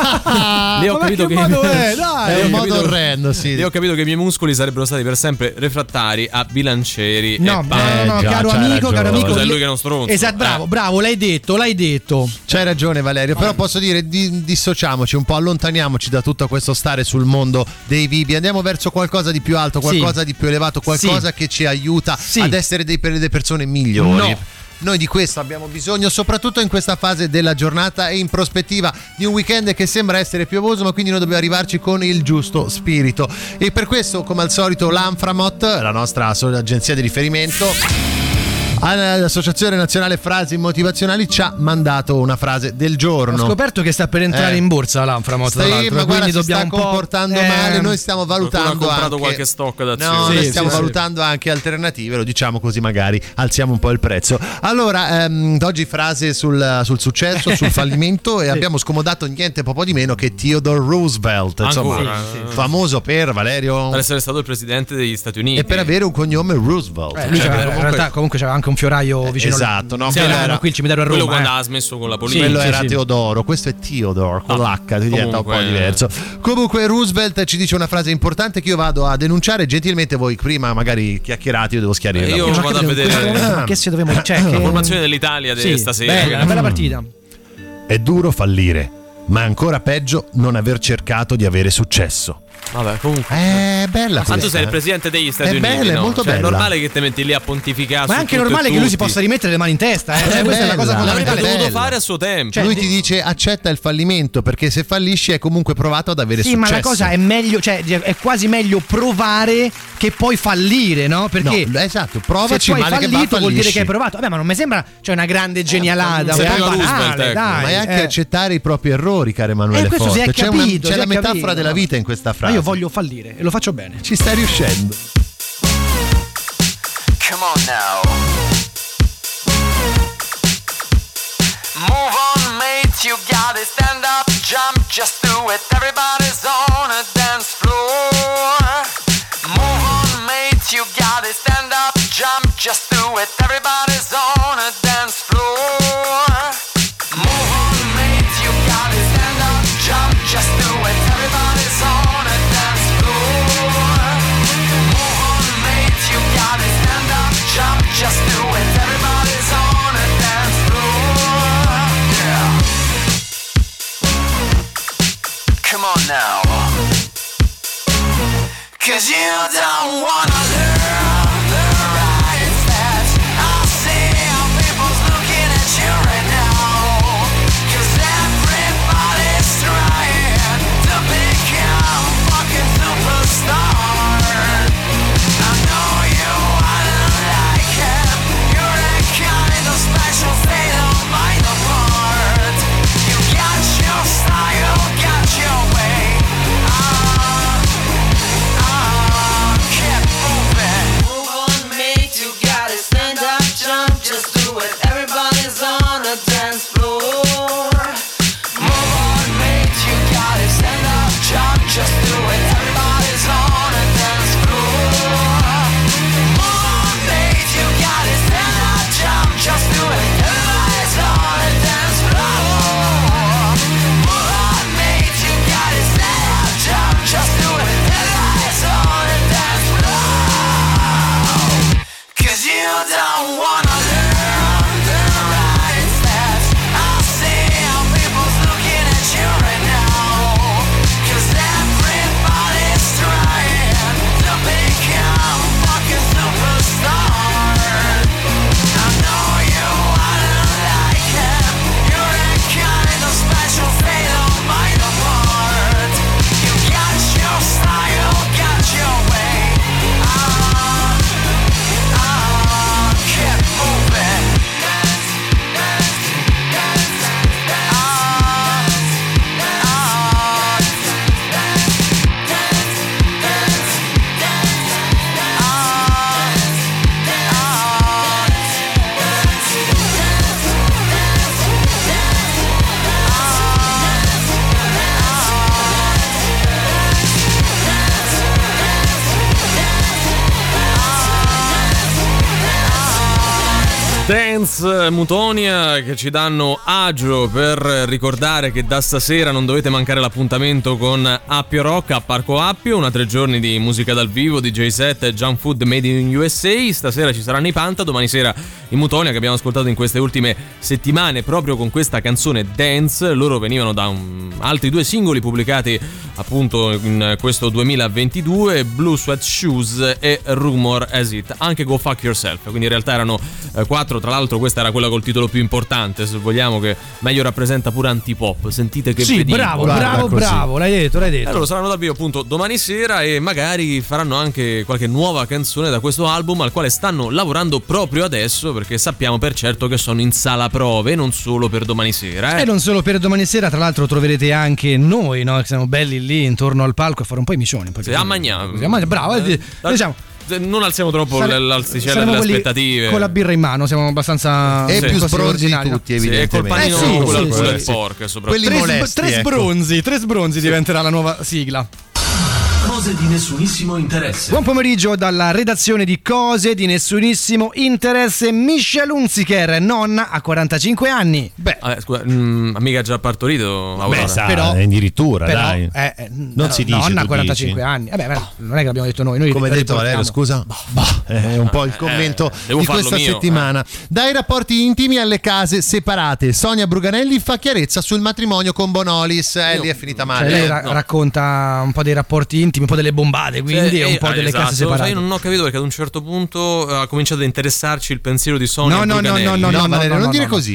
Lì ho capito che è un modo orrendo, sì. Lì ho capito che i miei muscoli sarebbero stati per sempre refrattari a bilancieri. No, caro amico, è lui che non stronzo. Esatto, bravo, l'hai detto. C'hai ragione, Valerio, però posso dire, dissociamoci un po', allontaniamoci da tutto questo stare sul mondo dei vivi, andiamo verso qualcosa di più alto, qualcosa di più elevato, qualcosa che ci aiuta ad essere delle persone migliori. No. Noi di questo abbiamo bisogno, soprattutto in questa fase della giornata e in prospettiva di un weekend che sembra essere piovoso, ma quindi noi dobbiamo arrivarci con il giusto spirito. E per questo, come al solito, l'Anframot, la nostra agenzia di riferimento, l'Associazione Nazionale Frasi Motivazionali, ci ha mandato una frase del giorno. Ho scoperto che sta per entrare in borsa l'Anframot, ma guarda, si sta comportando male. Noi stiamo valutando ha comprato qualche stock d'azioni. Noi stiamo valutando anche alternative, lo diciamo così magari alziamo un po' il prezzo. Allora, oggi frase sul successo, sul fallimento, e abbiamo scomodato niente po' di meno che Theodore Roosevelt, insomma, famoso per, Valerio, per essere stato il presidente degli Stati Uniti e per avere un cognome Roosevelt. In realtà comunque c'aveva anche un fioraio vicino. Esatto, no? Era qui il cimitero a Roma. Quello quando ha smesso con la politica. Quello era Teodoro, questo è Theodore con l'H, diventa un po' diverso. Comunque Roosevelt ci dice una frase importante che io vado a denunciare. Gentilmente voi prima magari chiacchierate, io devo schiarirla. Io vado a vedere che se dobbiamo la formazione dell'Italia di stasera. Una bella partita. È duro fallire, ma è ancora peggio non aver cercato di avere successo. Vabbè, comunque è bella questa. Ma tu sei il presidente degli Stati Uniti, bella, no? È molto bella. È normale che te metti lì a pontificare. Ma è anche normale che lui si possa rimettere le mani in testa, questa è la cosa fondamentale. L'avrebbe dovuto fare a suo tempo. Lui ti dice accetta il fallimento, perché se fallisci è comunque provato ad avere successo. Sì, ma la cosa è meglio, è quasi meglio provare che poi fallire, no? Perché esatto, provaci, se tu hai male fallito che va, vuol dire che hai provato. Vabbè, ma non mi sembra una grande genialata, banale, dai. Ma è anche accettare i propri errori, caro Emanuele Forte. C'è la metafora della vita in questa frase. Ma io voglio fallire e lo faccio bene. Ci stai riuscendo. Come on now. Move on, mate, you gotta stand up, jump, just do it. Everybody's on a dance floor. Move on, mate, you gotta stand up, jump, just do it. Everybody's on a dance floor. Move on, mate, you gotta stand up, jump, just do it. Everybody's on a dance floor. Move on, mate, you gotta stand up, jump, just do it. Everybody's on a dance floor. Yeah. Come on now. 'Cause you don't wanna learn the right steps. I see how people's looking at you right now. 'Cause everybody's trying to become fucking superstar. I know you wanna like it. You're that kind of special, they don't mind apart. You got your style, got your way. Keep moving. Move on, mate, you gotta stand up, jump, just do it. Everybody's on a dance floor. Move on, mate, you gotta stand up, jump, just do it. Everybody's on a dance floor. Move on, mate, you gotta stand up, jump, just do it. Everybody's on a dance floor. Move on, mate, you gotta stand up, jump, just do it. Everybody's on a dance floor. 'Cause you don't wanna learn the right steps. I see how people's looking at you right now. 'Cause everybody's trying to become fucking superstar. I know you wanna like it. You're that kind of special, they don't mind apart. You got your style, got your way. Keep Dance Mutonia che ci danno agio per ricordare che da stasera non dovete mancare l'appuntamento con Appio Rock a Parco Appio, una 3 giorni di musica dal vivo, DJ set e junk food made in USA. Stasera ci saranno i Panta, domani sera i Mutonia che abbiamo ascoltato in queste ultime settimane proprio con questa canzone Dance. Loro venivano da altri 2 singoli pubblicati appunto in questo 2022, Blue Sweat Shoes e Rumor As It, anche Go Fuck Yourself, quindi in realtà erano 4. Tra l'altro questa era quella col titolo più importante, se vogliamo, che meglio rappresenta pure antipop. Sentite che sì, bravo, l'hai detto. Allora saranno dal vivo appunto domani sera e magari faranno anche qualche nuova canzone da questo album al quale stanno lavorando proprio adesso, perché sappiamo per certo che sono in sala prove, non solo per domani sera. E non solo per domani sera, tra l'altro troverete anche noi, no? Che siamo belli lì intorno al palco a fare un po' i micioni. A Magna. Bravo, diciamo. Non alziamo troppo l'asticella delle aspettative. Con la birra in mano siamo abbastanza e più sbronzi tutti, evidentemente. E col panino con il pork soprattutto. Tre sbronzi diventerà la nuova sigla. Cose di nessunissimo interesse. Buon pomeriggio dalla redazione di Cose di nessunissimo interesse. Michelle Hunziker, nonna a 45 anni. Scusa, mica già partorito Aurora. Però addirittura, dai. Non si dice. Nonna a 45 anni. Non è che l'abbiamo detto noi come ha detto Valerio, scusa. È un po' il commento di questa settimana. Dai rapporti intimi alle case separate. Sonia Bruganelli fa chiarezza sul matrimonio con Bonolis. Lì è finita male. Lei racconta un po' dei rapporti intimi, un po' delle bombate, quindi è un po' delle case separate. Io non ho capito perché ad un certo punto ha cominciato a interessarci il pensiero di Sonia Bruganelli. No, Valerio, non dire così.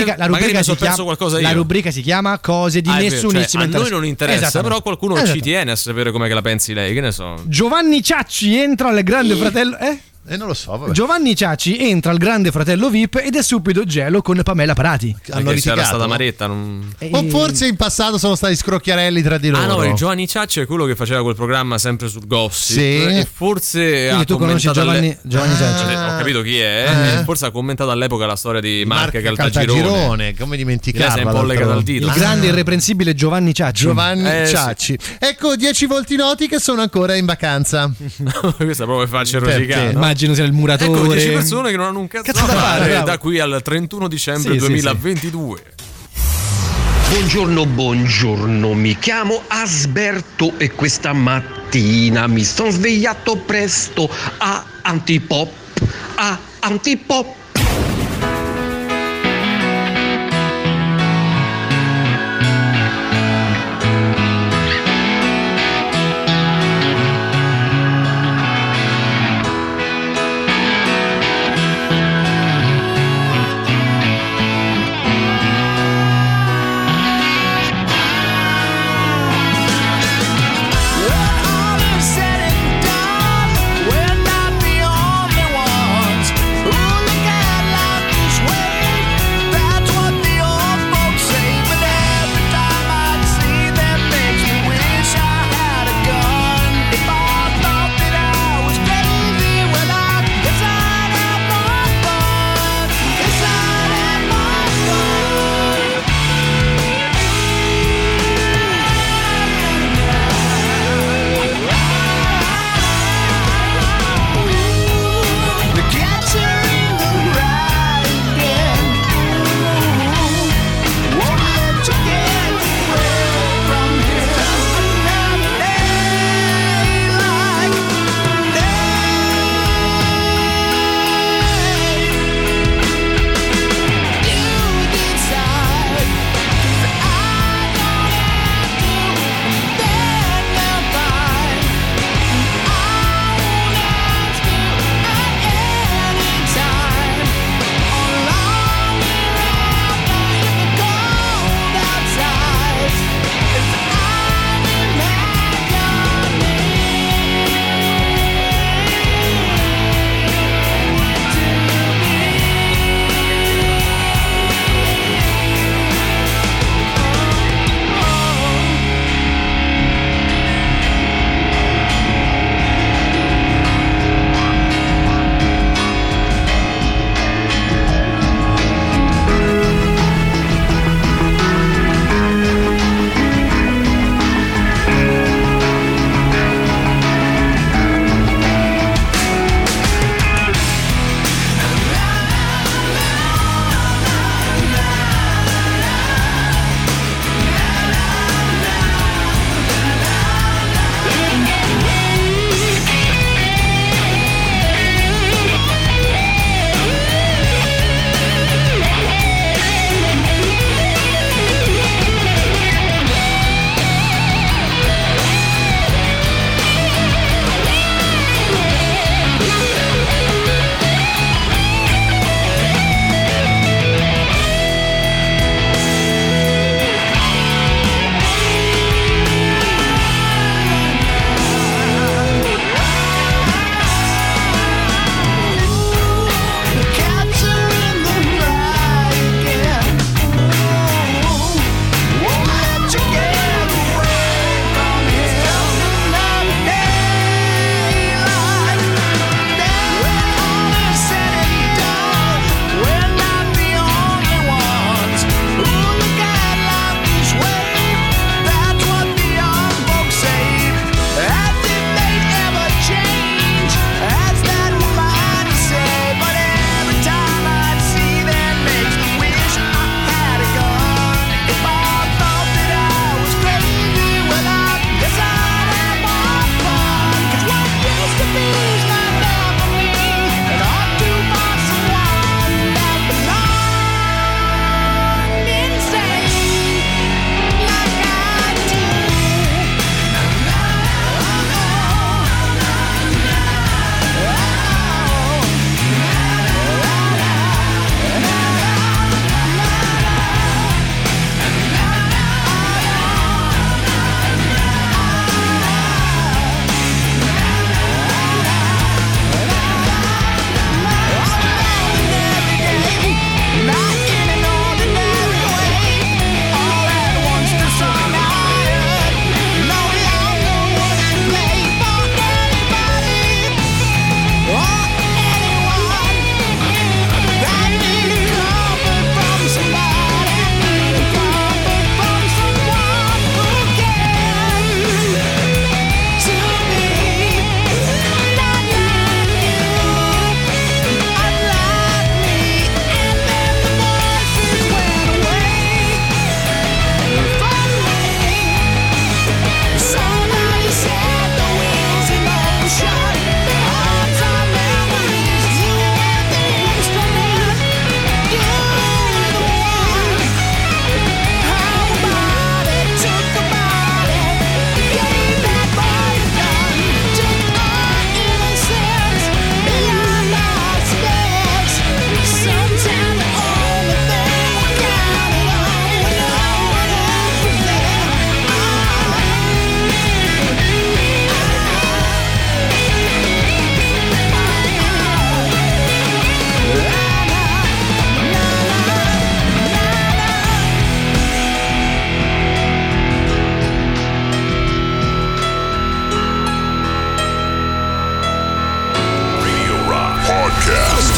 La rubrica si chiama Cose di nessunissimo interesse. A noi non interessa, però qualcuno ci tiene a sapere com'è che la pensi lei, che ne so. Giovanni Ciacci entra al Grande Fratello. Non lo so, vabbè. Giovanni Ciacci entra al Grande Fratello VIP ed è subito gelo con Pamela Parati. Hanno litigato, c'era stata Maretta o forse in passato sono stati scrocchiarelli tra di loro. No, il Giovanni Ciacci è quello che faceva quel programma sempre sul Gossip. Sì. E forse quindi tu conosci Giovanni Ciacci? Ho capito chi è. Forse ha commentato all'epoca la storia di Marca Caltagirone. Come dimenticarla. Sei un po' legato al titolo. Il grande irreprensibile Giovanni Ciacci. Ciacci. Ecco 10 volti noti che sono ancora in vacanza. Questa proprio faccia rosicata. Immagino sia il muratore. Ecco 10 persone che non hanno un cazzo da fare da qui al 31 dicembre 2022. Buongiorno, mi chiamo Asberto e questa mattina mi sono svegliato presto a Antipop. We're not the only ones who look at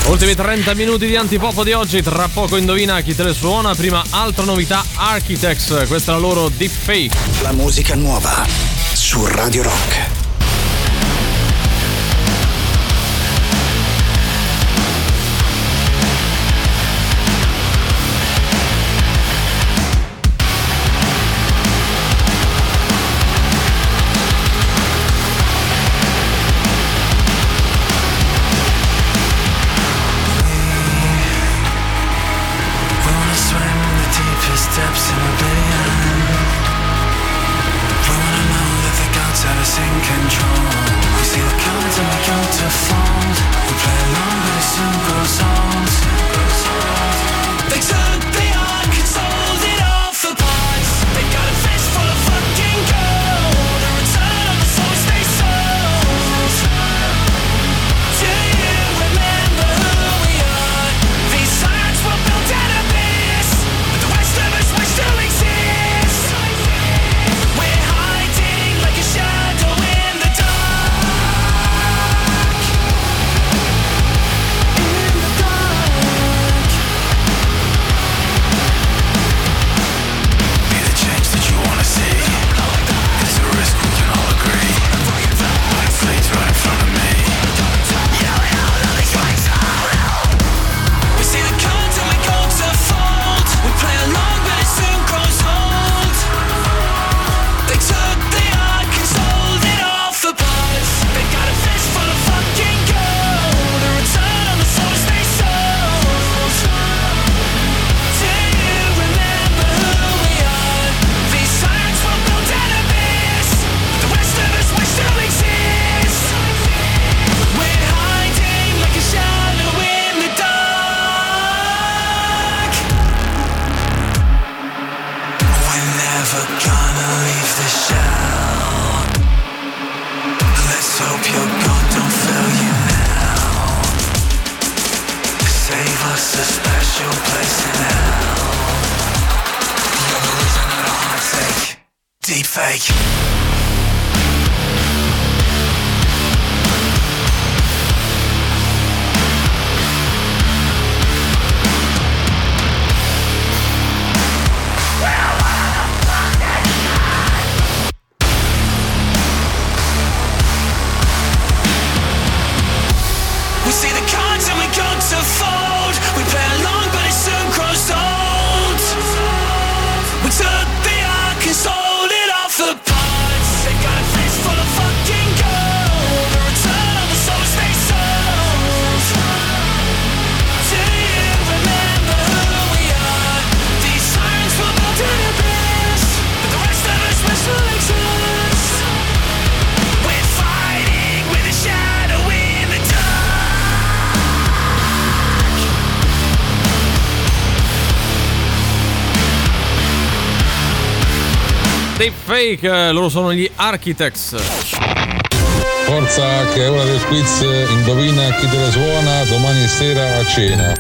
Ultimi 30 minuti di antipop di oggi, tra poco indovina chi te le suona. Prima altra novità, Architects, questa è la loro Deepfake. La musica nuova su Radio Rock. Steps in oblivion. We wanna know that the gods have us in control. We see the cards and we go to fold. We play along but it soon grows old. They took the art, sold it all for parts. They got a fist full of fucking gold. A return on the soul they sold. Do you remember who we are? These sirens were built out of this. The rest of us wish to exist. We're hiding like a shadow in the dark. In the dark. Be the change that you wanna see. It's a risk we can all agree. White flames right in front of me. We see the cards and we go to fold. We play along but it soon grows old. They took the art, sold it all for parts. They got a fist full of fucking gold. A return on the souls they sold. Do you remember who we are? These sirens were built out of this. The rest of us wish to exist. We're hiding like a shadow in the dark. We're never gonna leave the shell. Let's hope your God don't fail you now. Save us a special place in hell. You're the reason that our hearts ache. Deep fake. We see the cards and we go to fold. We play along but it soon grows old. We took the ark and sold it all for parts. They got a fist full of fucking gold. A return on the souls they sold. Do you remember who we are? These sirens were built in abyss, but the rest of us wish to exist. We're fighting with a shadow in the dark. Deepfake, loro sono gli Architects. Forza che è ora del quiz, indovina chi te la suona domani sera a cena.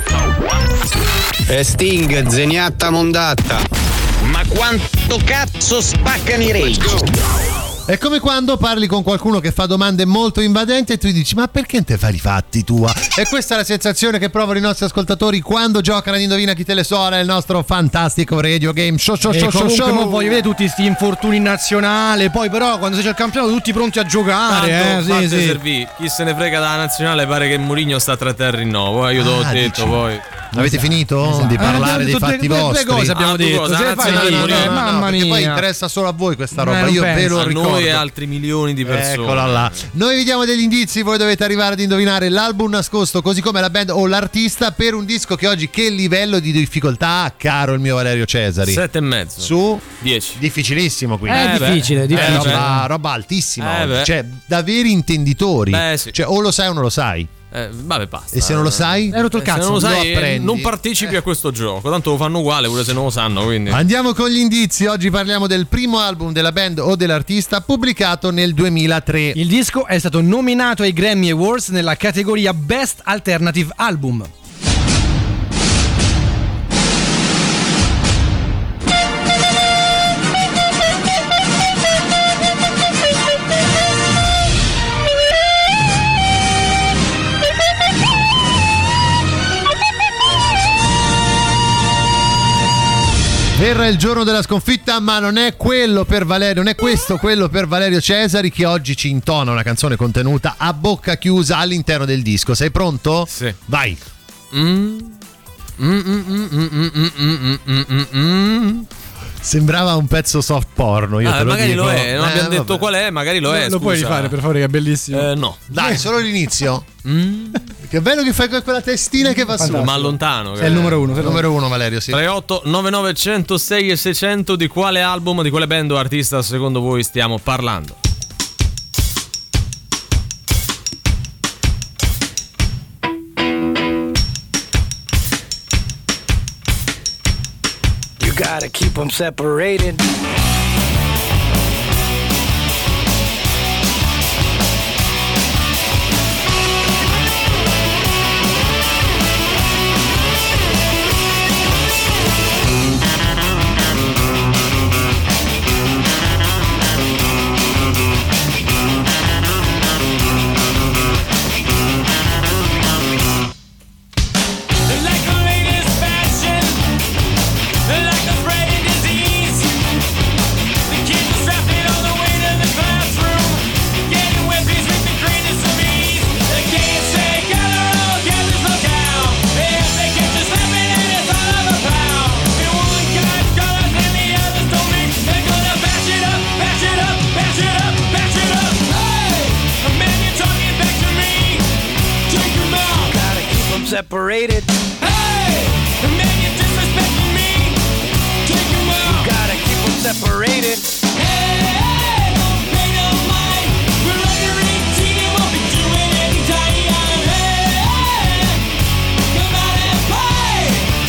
Sting, zeniatta mondatta. Ma quanto cazzo spaccano i rage? È come quando parli con qualcuno che fa domande molto invadenti e tu gli dici ma perché non te fai i fatti tua? E questa è la sensazione che provano i nostri ascoltatori quando giocano ad Indovina chi te le suona, il nostro fantastico radio game show. Non voglio vedere tutti sti infortuni in nazionale, poi però quando c'è il campionato tutti pronti a giocare. Tanto, sì. Servì. Chi se ne frega dalla nazionale, pare che Mourinho sta tra terra in io te l'ho detto poi. Avete finito di parlare dei fatti vostri? Due cose abbiamo detto. Mamma mia. Poi interessa solo a voi questa roba. Io ve lo ricordo. Noi e altri milioni di persone. Eccola là. Noi vi diamo degli indizi, voi dovete arrivare ad indovinare l'album nascosto, così come la band o l'artista, per un disco che oggi che livello di difficoltà ha, caro il mio Valerio Cesari? 7,5 su 10. Difficilissimo, quindi. Difficile. Roba altissima. Cioè, da veri intenditori. Sì. Cioè, o lo sai o non lo sai. Vabbè, basta. E se non lo sai? Hai rotto il cazzo. Se non lo sai, non partecipi a questo gioco. Tanto lo fanno uguale pure se non lo sanno. Quindi. Andiamo con gli indizi. Oggi parliamo del primo album della band o dell'artista pubblicato nel 2003. Il disco è stato nominato ai Grammy Awards nella categoria Best Alternative Album. Verrà il giorno della sconfitta, ma non è quello per Valerio, non è questo quello per Valerio Cesari, che oggi ci intona una canzone contenuta a bocca chiusa all'interno del disco. Sei pronto? Sì. Vai. Sembrava un pezzo soft porno. Io te lo magari dico. lo è, non abbiamo detto qual è, magari lo è. Lo puoi rifare per favore, che è bellissimo. No. Dai, solo l'inizio. Che bello che fai quella testina che va su. Ma lontano. Sei il numero uno. Numero uno, Valerio, sì. 38 99 106 e 600. Di quale album, di quale band o artista secondo voi stiamo parlando? You gotta keep them separated. Separated. Hey, the man you're disrespecting me. Take him out. You gotta keep them separated. Hey, don't pay no mind. We're under 18 and won't be doing any time. Hey, come out and play.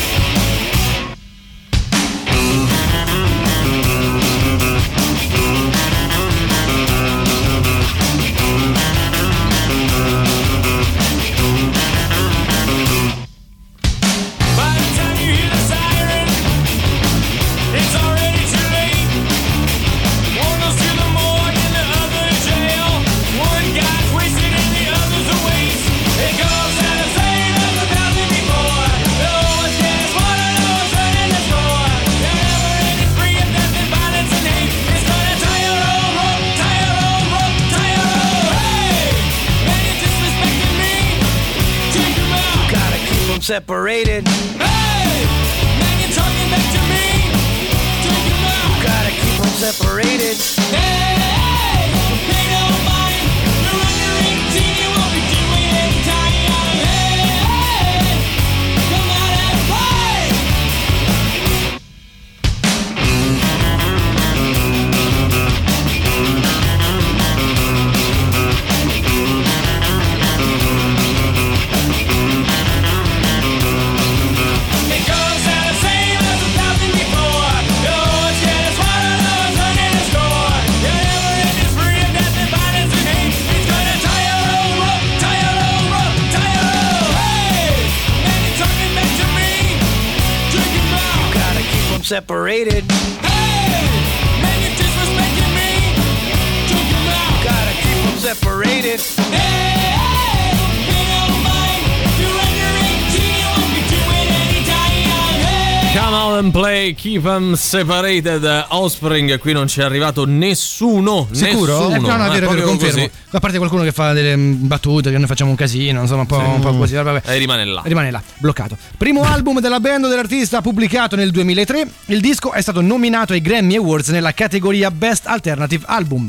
Separated. Hey, man, you're talking back to me. Take him out. You gotta keep them separated. Hey, pay no mind. You're under 18, you won't be doing any time. Hey, come out and play. Separated. Hey, man, you're disrespecting me. Take him out. Gotta keep them separated. Hey, pay no mind. You're under 18, you won't be doing any time. Hey. Come out and play, keep them separated. Offspring, qui non ci è arrivato nessuno. Sicuro? Nessuno. No, vero, confermo. Così. A parte qualcuno che fa delle battute, che noi facciamo un casino, insomma, un po' così. Vabbè. E rimane là, bloccato. Primo album della band o dell'artista pubblicato nel 2003. Il disco è stato nominato ai Grammy Awards nella categoria Best Alternative Album.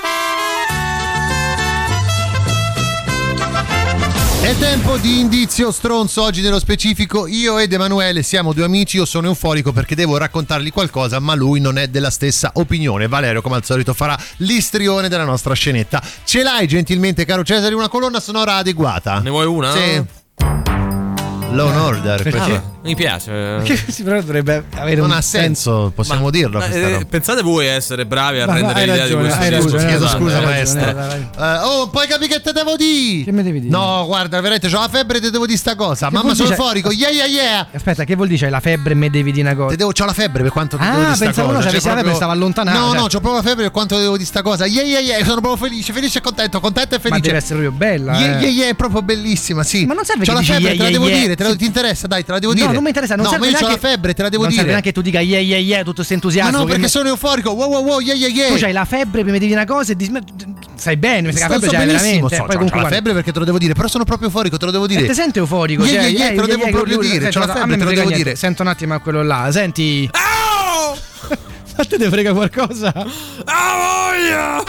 È tempo di indizio stronzo. Oggi nello specifico io ed Emanuele siamo due amici. Io sono euforico perché devo raccontargli qualcosa, ma lui non è della stessa opinione. Valerio, come al solito, farà l'istrione della nostra scenetta. Ce l'hai gentilmente, caro Cesare, una colonna sonora adeguata? Ne vuoi una? Sì. Law and Order, perché? Mi piace. Che però dovrebbe avere non un ha senso, possiamo dirlo. Pensate voi a essere bravi a rendere l'idea di questo. Scusa maestro. Poi capi che te devo dire? Che mi devi dire? No, guarda, veramente c'ho la febbre e te devo dire sta cosa. Che mamma, sono euforico. Yeah. Aspetta, che vuol dire? C'hai la febbre e me devi dire una cosa? C'ho la febbre per quanto te devo dire sta cosa. Pensavo c'avessi la febbre, stava allontanato. No, c'ho proprio la febbre per quanto devo dire sta cosa. Yeah. Sono proprio felice e contento e felice. Ma deve essere proprio bella. Yeah, è proprio bellissima, sì. Ma non serve c'ho che la dici febbre, te la devo dire, ti interessa, dai, te la devo dire. No, non mi interessa, non serve ma io neanche... c'ho la febbre, te la devo non dire. serve neanche tu dica yeah, tutto questo entusiasmo. Ma no, perché sono euforico. Wow, yeah. Tu c'hai la febbre, mi devi una cosa e sai bene, mi sa che la febbre c'hai veramente. Poi comunque la febbre perché te lo devo dire, però sono proprio euforico, te lo devo dire. Te senti euforico? Te lo devo proprio dire. C'ho la febbre, te lo devo dire. Sento un attimo a quello là, senti. A te te frega qualcosa? Voglia!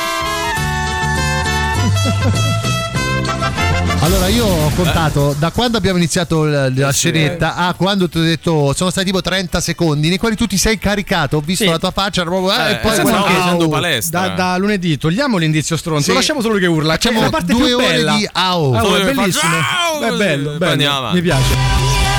Allora io ho contato da quando abbiamo iniziato la scenetta a quando ti ho detto sono stati tipo 30 secondi nei quali tu ti sei caricato, ho visto la tua faccia e poi facendo palestra. Da lunedì togliamo l'indizio stronzo, lasciamo solo lui che urla, facciamo la parte 2 più ore bella. di è bellissimo. È bello, mi piace.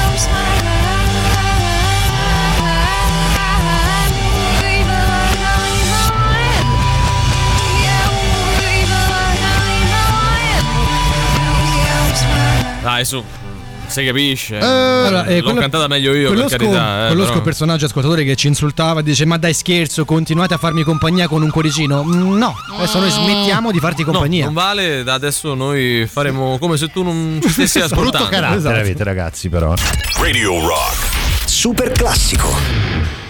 Dai, su, si capisce. Allora, l'ho cantata meglio io, per carità. Conosco il personaggio ascoltatore che ci insultava e dice: ma dai, scherzo, continuate a farmi compagnia con un cuoricino. No, adesso noi smettiamo di farti compagnia. Non vale, da adesso noi faremo come se tu non ci stessi ascoltando. Brutto carattere avete, ragazzi, però. Radio Rock Super classico.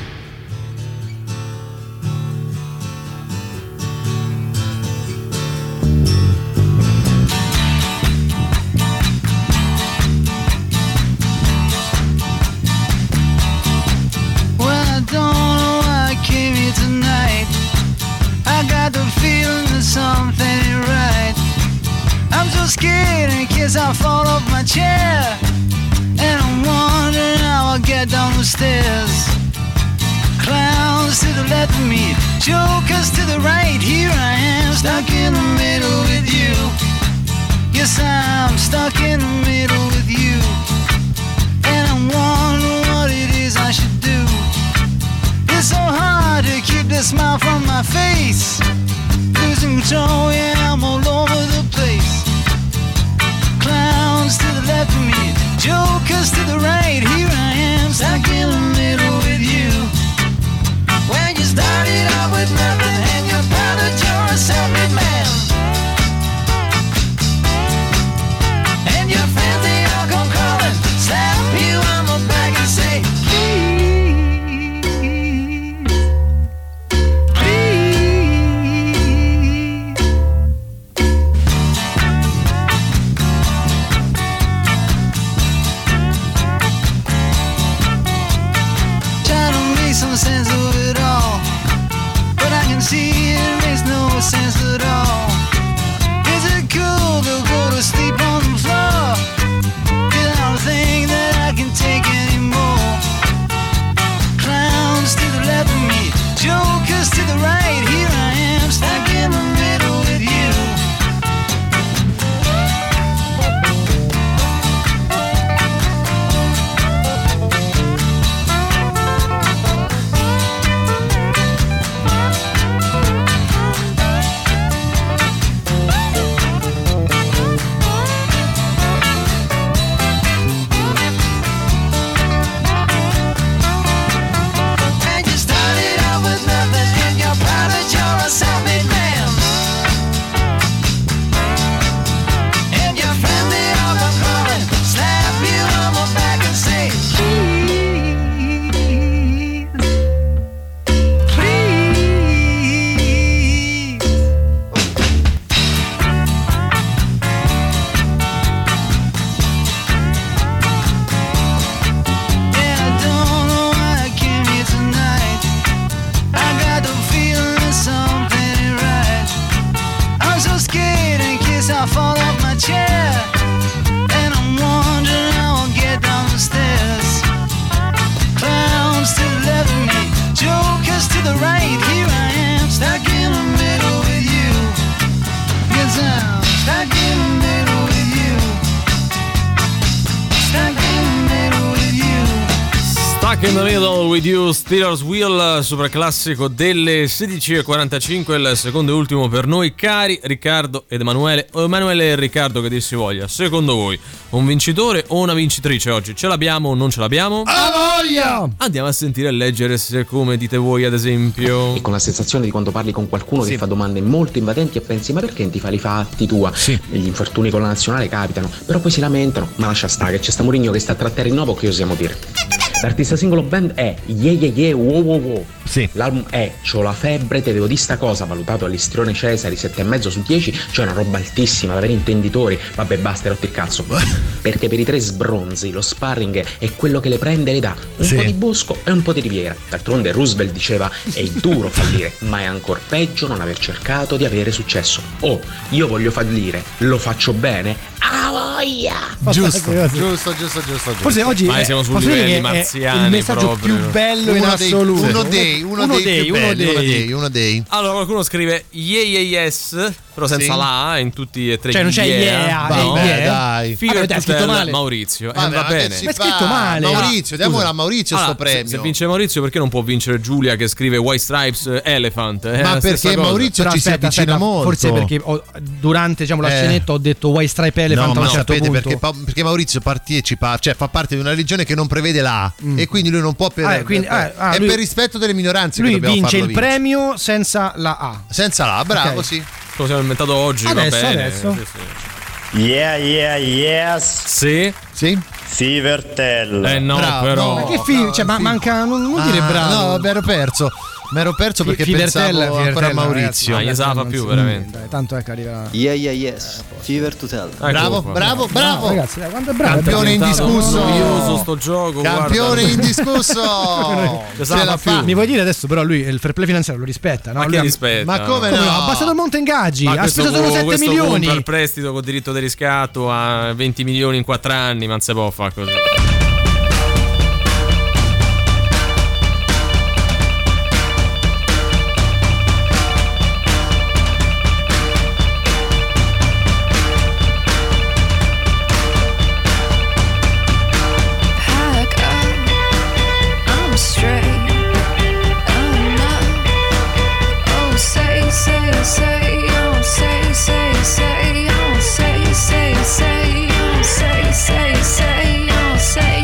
Something ain't right. I'm so scared in case I fall off my chair, and I'm wondering how I'll get down the stairs. Clowns to the left of me, jokers to the right. Here I am, stuck in the middle with you. Yes, I'm stuck in the middle with you, and I'm wondering what it is I should do. It's so hard to keep the smile from my face. Losing control, yeah, I'm all over the place. Clowns to the left of me, jokers to the right. Here I am, stuck in the middle with you. When you started out with nothing and you're proud that you're a self-made man, and your friends, they all come crawling, slap you on the back and say, Stuck in the Middle with You, Steelers Wheel, super classico delle 16.45, il secondo e ultimo per noi cari Riccardo ed Emanuele, o Emanuele e Riccardo che dir si voglia. Secondo voi un vincitore o una vincitrice oggi? Ce l'abbiamo o non ce l'abbiamo? A voglia! Andiamo a sentire e leggere se come dite voi ad esempio. E con la sensazione di quando parli con qualcuno che fa domande molto invadenti e pensi ma perché non ti fai i fatti tua? Sì. Gli infortuni con la nazionale capitano, però poi si lamentano, ma lascia stare che c'è sta Mourinho che sta tra terra in nuovo, che osiamo dire. L'artista singolo band è Yeah Yeah Yeah Wow Wow Wow. Sì. L'album è C'ho la febbre, te devo di sta cosa, valutato all'istrione Cesari 7,5 su 10, cioè una roba altissima, da veri intenditori. Vabbè basta, hai rotto il cazzo. Perché per i tre sbronzi lo sparring è quello che le prende e le dà. Un po' di Bosco e un po' di Riviera. D'altronde Roosevelt diceva è duro fallire, ma è ancor peggio non aver cercato di avere successo. Oh, io voglio fallire, lo faccio bene. Ah voglia! Giusto. Forse oggi siamo su livelli marziani, il messaggio proprio più bello in assoluto. Uno dei. Allora qualcuno scrive yeah yeah yes, però senza la in tutti e tre. Cioè non c'è dai. Fever è scritto male. Maurizio. Va bene. Ma è scritto male. Maurizio, diamolo a Maurizio sto premio. Se vince Maurizio, perché non può vincere Giulia che scrive White Stripes Elephant? Ma perché Maurizio ci si avvicina molto. Forse perché durante la scenetta ho detto White Stripe Elephant a un certo punto. Perché Maurizio partecipa, cioè fa parte di una religione che non prevede la A e quindi lui non può per rispetto delle minoranze lui che dobbiamo vince farlo il premio senza la A. Senza la A, bravo, Okay. sì. Lo siamo inventato oggi, va bene. Adesso. Yeah, yeah, yes. Sì. Fivertel. No, bravo, però. Ma che manca, non dire bravo. No, vabbè, ero perso perché pensavo ancora a Maurizio. Non gli sa fa più veramente. Tanto arriva. Yeah, yeah, yes. Fever to tell. Bravo. Ragazzi, quanto è bravo. Campione indiscusso. Noioso sto gioco. Campione indiscusso. Mi vuoi dire adesso però lui il fair play finanziario lo rispetta, no? Ma che rispetta? Ma come no? Ha abbassato il monte ingaggi, Ma ha speso solo 7 milioni. Il prestito con diritto di riscatto a 20 milioni in 4 anni, ma non si può fare così. Say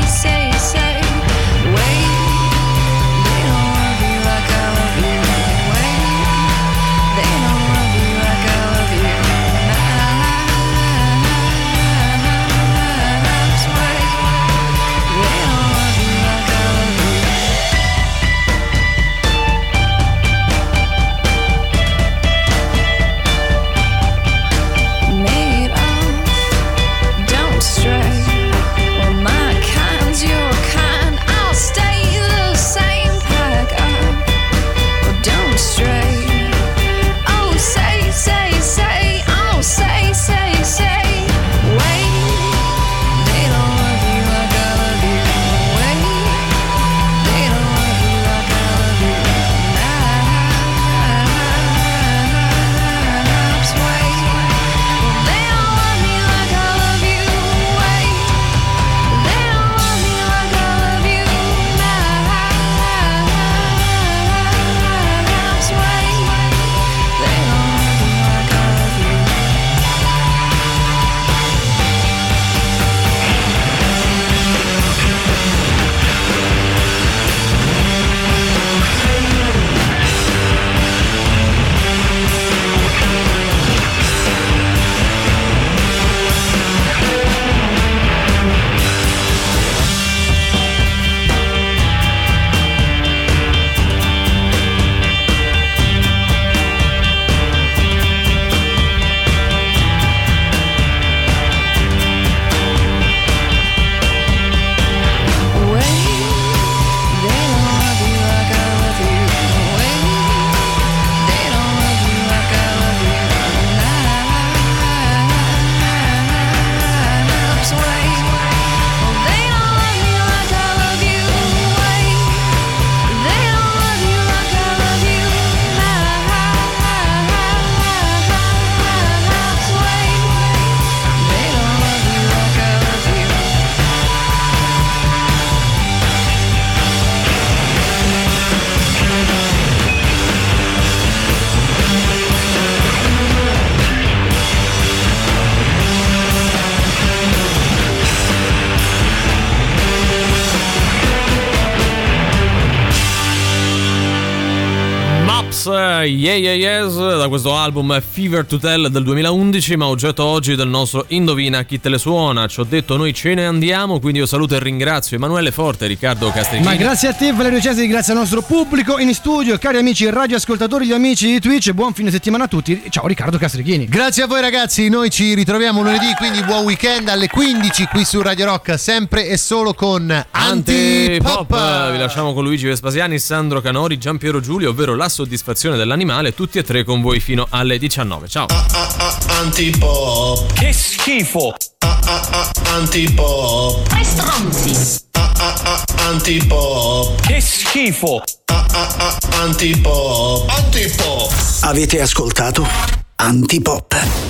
Yeah Yeah Yes, da questo album Fever to Tell del 2011, ma oggetto oggi del nostro Indovina chi te le suona. Ci ho detto noi ce ne andiamo, quindi io saluto e ringrazio Emanuele Forte e Riccardo Castrichini. Ma grazie a te Valerio Cesari, grazie al nostro pubblico in studio, cari amici radioascoltatori, gli amici di Twitch, buon fine settimana a tutti. Ciao Riccardo Castrichini. Grazie a voi ragazzi, noi ci ritroviamo lunedì, quindi buon weekend alle 15 qui su Radio Rock, sempre e solo con Antipop. Vi lasciamo con Luigi Vespasiani, Sandro Canori, Giampiero Giulio, ovvero La soddisfazione dell'animale, tutti e tre con voi fino alle 19. Ciao. Antipop. Che schifo. Antipop. Tre stronzi. Antipop. Che schifo. Antipop. Antipop. Avete ascoltato Antipop.